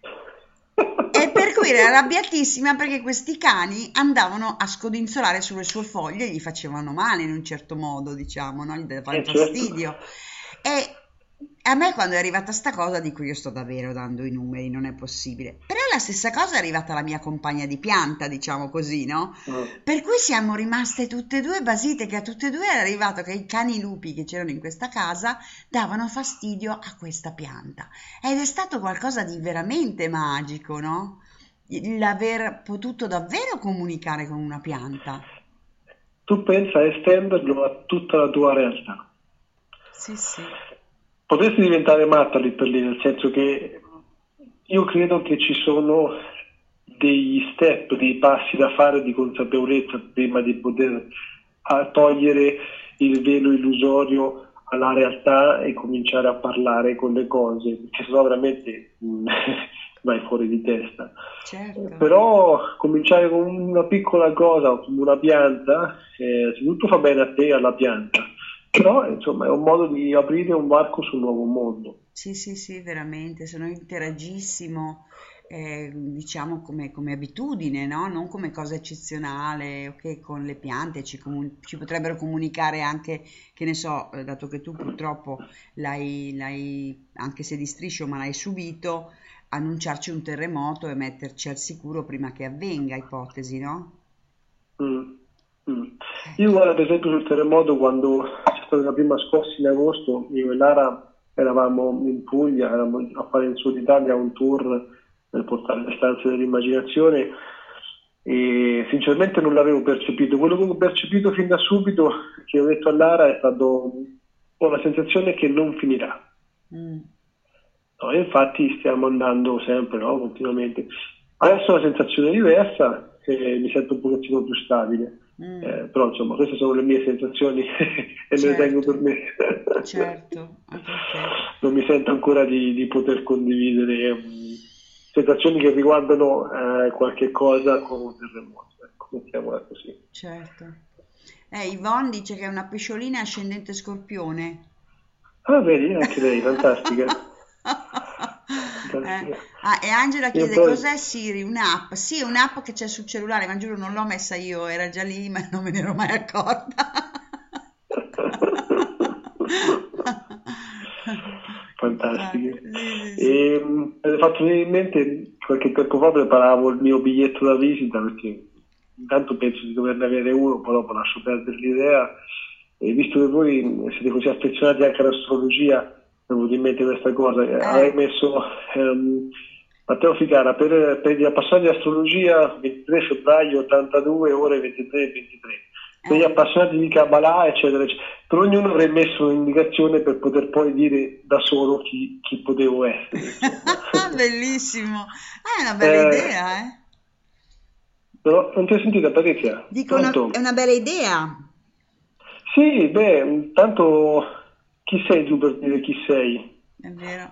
E per cui era arrabbiatissima perché questi cani andavano a scodinzolare sulle sue foglie e gli facevano male in un certo modo, diciamo, no? Gli davano fastidio. E a me quando è arrivata sta cosa dico io sto davvero dando i numeri, non è possibile. Però la stessa cosa è arrivata alla mia compagna di pianta, diciamo così, no? Per cui siamo rimaste tutte e due basite, che a tutte e due era arrivato che i cani lupi che c'erano in questa casa davano fastidio a questa pianta. Ed è stato qualcosa di veramente magico, no? L'aver potuto davvero comunicare con una pianta. Tu pensa a estenderlo a tutta la tua realtà. Sì, sì. Potresti diventare matta lì per lì, nel senso che io credo che ci sono degli step, dei passi da fare di consapevolezza prima di poter togliere il velo illusorio alla realtà e cominciare a parlare con le cose, perché sennò veramente vai fuori di testa. Certo. Però cominciare con una piccola cosa, come una pianta, innanzitutto fa bene a te e alla pianta. Però insomma è un modo di aprire un varco sul nuovo mondo. Sì, sì, sì, veramente, sono interagissimo, diciamo come abitudine, no? Non come cosa eccezionale, ok, con le piante ci potrebbero comunicare anche, che ne so, dato che tu purtroppo l'hai, anche se di striscio, ma l'hai subito, annunciarci un terremoto e metterci al sicuro prima che avvenga, ipotesi, no? Io guarda, per esempio sul terremoto, quando c'è stata la prima scossa in agosto, io e Lara eravamo in Puglia, eravamo a fare in Sud Italia un tour per portare le stanze dell'immaginazione e sinceramente non l'avevo percepito. Quello che ho percepito fin da subito, che ho detto a Lara, è stato ho la sensazione che non finirà. No, infatti stiamo andando sempre, no? Continuamente. Adesso ho una sensazione diversa, mi sento un pochettino più stabile. Però insomma queste sono le mie sensazioni e le tengo per me. Certo, anche te. Non mi sento ancora di poter condividere sensazioni che riguardano qualche cosa con un terremoto, ecco, mettiamola così. Certo. Yvonne dice che è una pesciolina ascendente Scorpione. Ah, vedi, anche lei, fantastica. E Angela chiede cos'è Siri, un'app? Sì, è un'app che c'è sul cellulare, ma giuro non l'ho messa io, era già lì, ma non me ne ero mai accorta. Fantastico. Sì. E mi è fatto venire in mente qualche tempo fa preparavo il mio biglietto da visita, perché intanto penso di doverne avere uno, poi dopo lascio perdere l'idea, e visto che voi siete così affezionati anche all'astrologia, mi è venuto in mente questa cosa. Avrei messo Matteo Ficara per gli appassionati di astrologia 23 febbraio 82 ore 23 e 23, per gli appassionati di Kabbalah eccetera eccetera. Per ognuno avrei messo un'indicazione per poter poi dire da solo chi potevo essere. Bellissimo, è una bella idea, No, non ti ho sentita, Patrizia? Dico, è una bella idea. Sì, beh, tanto chi sei tu per dire chi sei? È vero,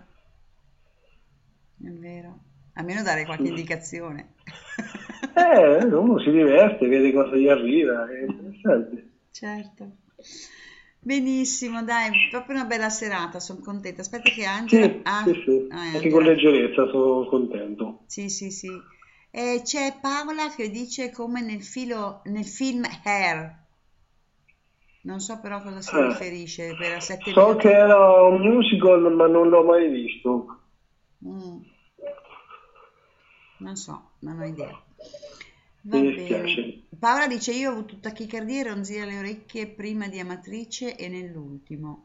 almeno dare qualche indicazione. Uno si diverte, vede cosa gli arriva, è interessante. Certo. Benissimo, dai, proprio una bella serata, sono contenta. Aspetta che Angela... Sì. Anche con leggerezza sono contento. Sì. E c'è Paola che dice come nel film Hair. Non so però cosa si riferisce per 7 So minuti. che era un musical, ma non l'ho mai visto. Non so, non ho idea. Va bene. Paola dice: io ho avuto tachicardia e ronzia alle orecchie prima di Amatrice e nell'ultimo.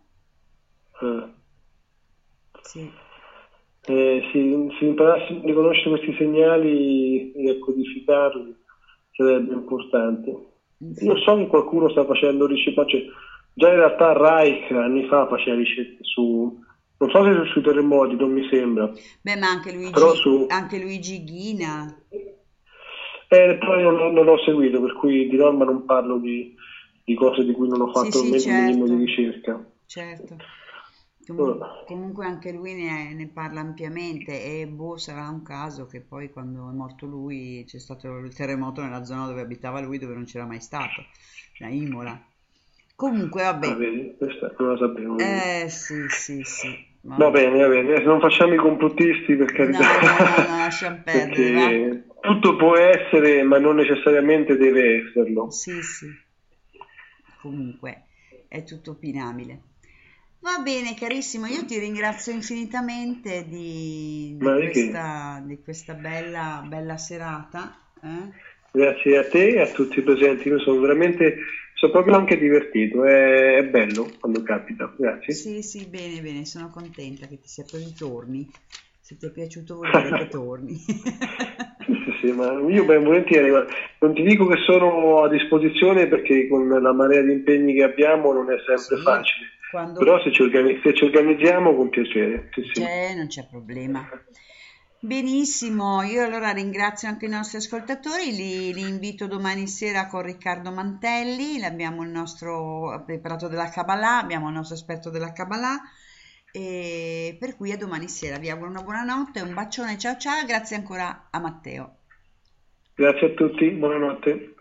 Sì. Se imparassimo a riconoscere questi segnali e a codificarli sarebbe importante. Sì. Io so che qualcuno sta facendo ricerche, già in realtà Reich anni fa faceva ricerche su, non so se sui terremoti, non mi sembra. Beh, ma anche Luigi Ghina. Però io non l'ho seguito, per cui di norma non parlo di cose di cui non ho fatto un minimo di ricerca. Certo. Comunque anche lui ne parla ampiamente e sarà un caso che poi quando è morto lui c'è stato il terremoto nella zona dove abitava lui, dove non c'era mai stato, la Imola. Comunque vabbè. Vedi, questa non la sapevo. Sì. Va bene, non facciamo i complottisti, per carità. No, lasciamo perdere. Tutto può essere, ma non necessariamente deve esserlo. Sì. Comunque è tutto opinabile. Va bene, carissimo, io ti ringrazio infinitamente di questa bella serata. Grazie a te e a tutti i presenti, io sono proprio anche divertito, è bello quando capita, grazie. Sì, bene, sono contenta che ti sia torni, se ti è piaciuto vuol dire che torni. Sì, ma io ben volentieri, non ti dico che sono a disposizione perché con la marea di impegni che abbiamo non è sempre facile. Però se ci organizziamo con piacere. Sì. Non c'è problema. Benissimo, io allora ringrazio anche i nostri ascoltatori, li invito domani sera con Riccardo Mantelli, abbiamo il nostro preparato della Kabbalah, abbiamo il nostro esperto della Kabbalah, e per cui a domani sera. Vi auguro una buona notte, un bacione, ciao, grazie ancora a Matteo. Grazie a tutti, buonanotte.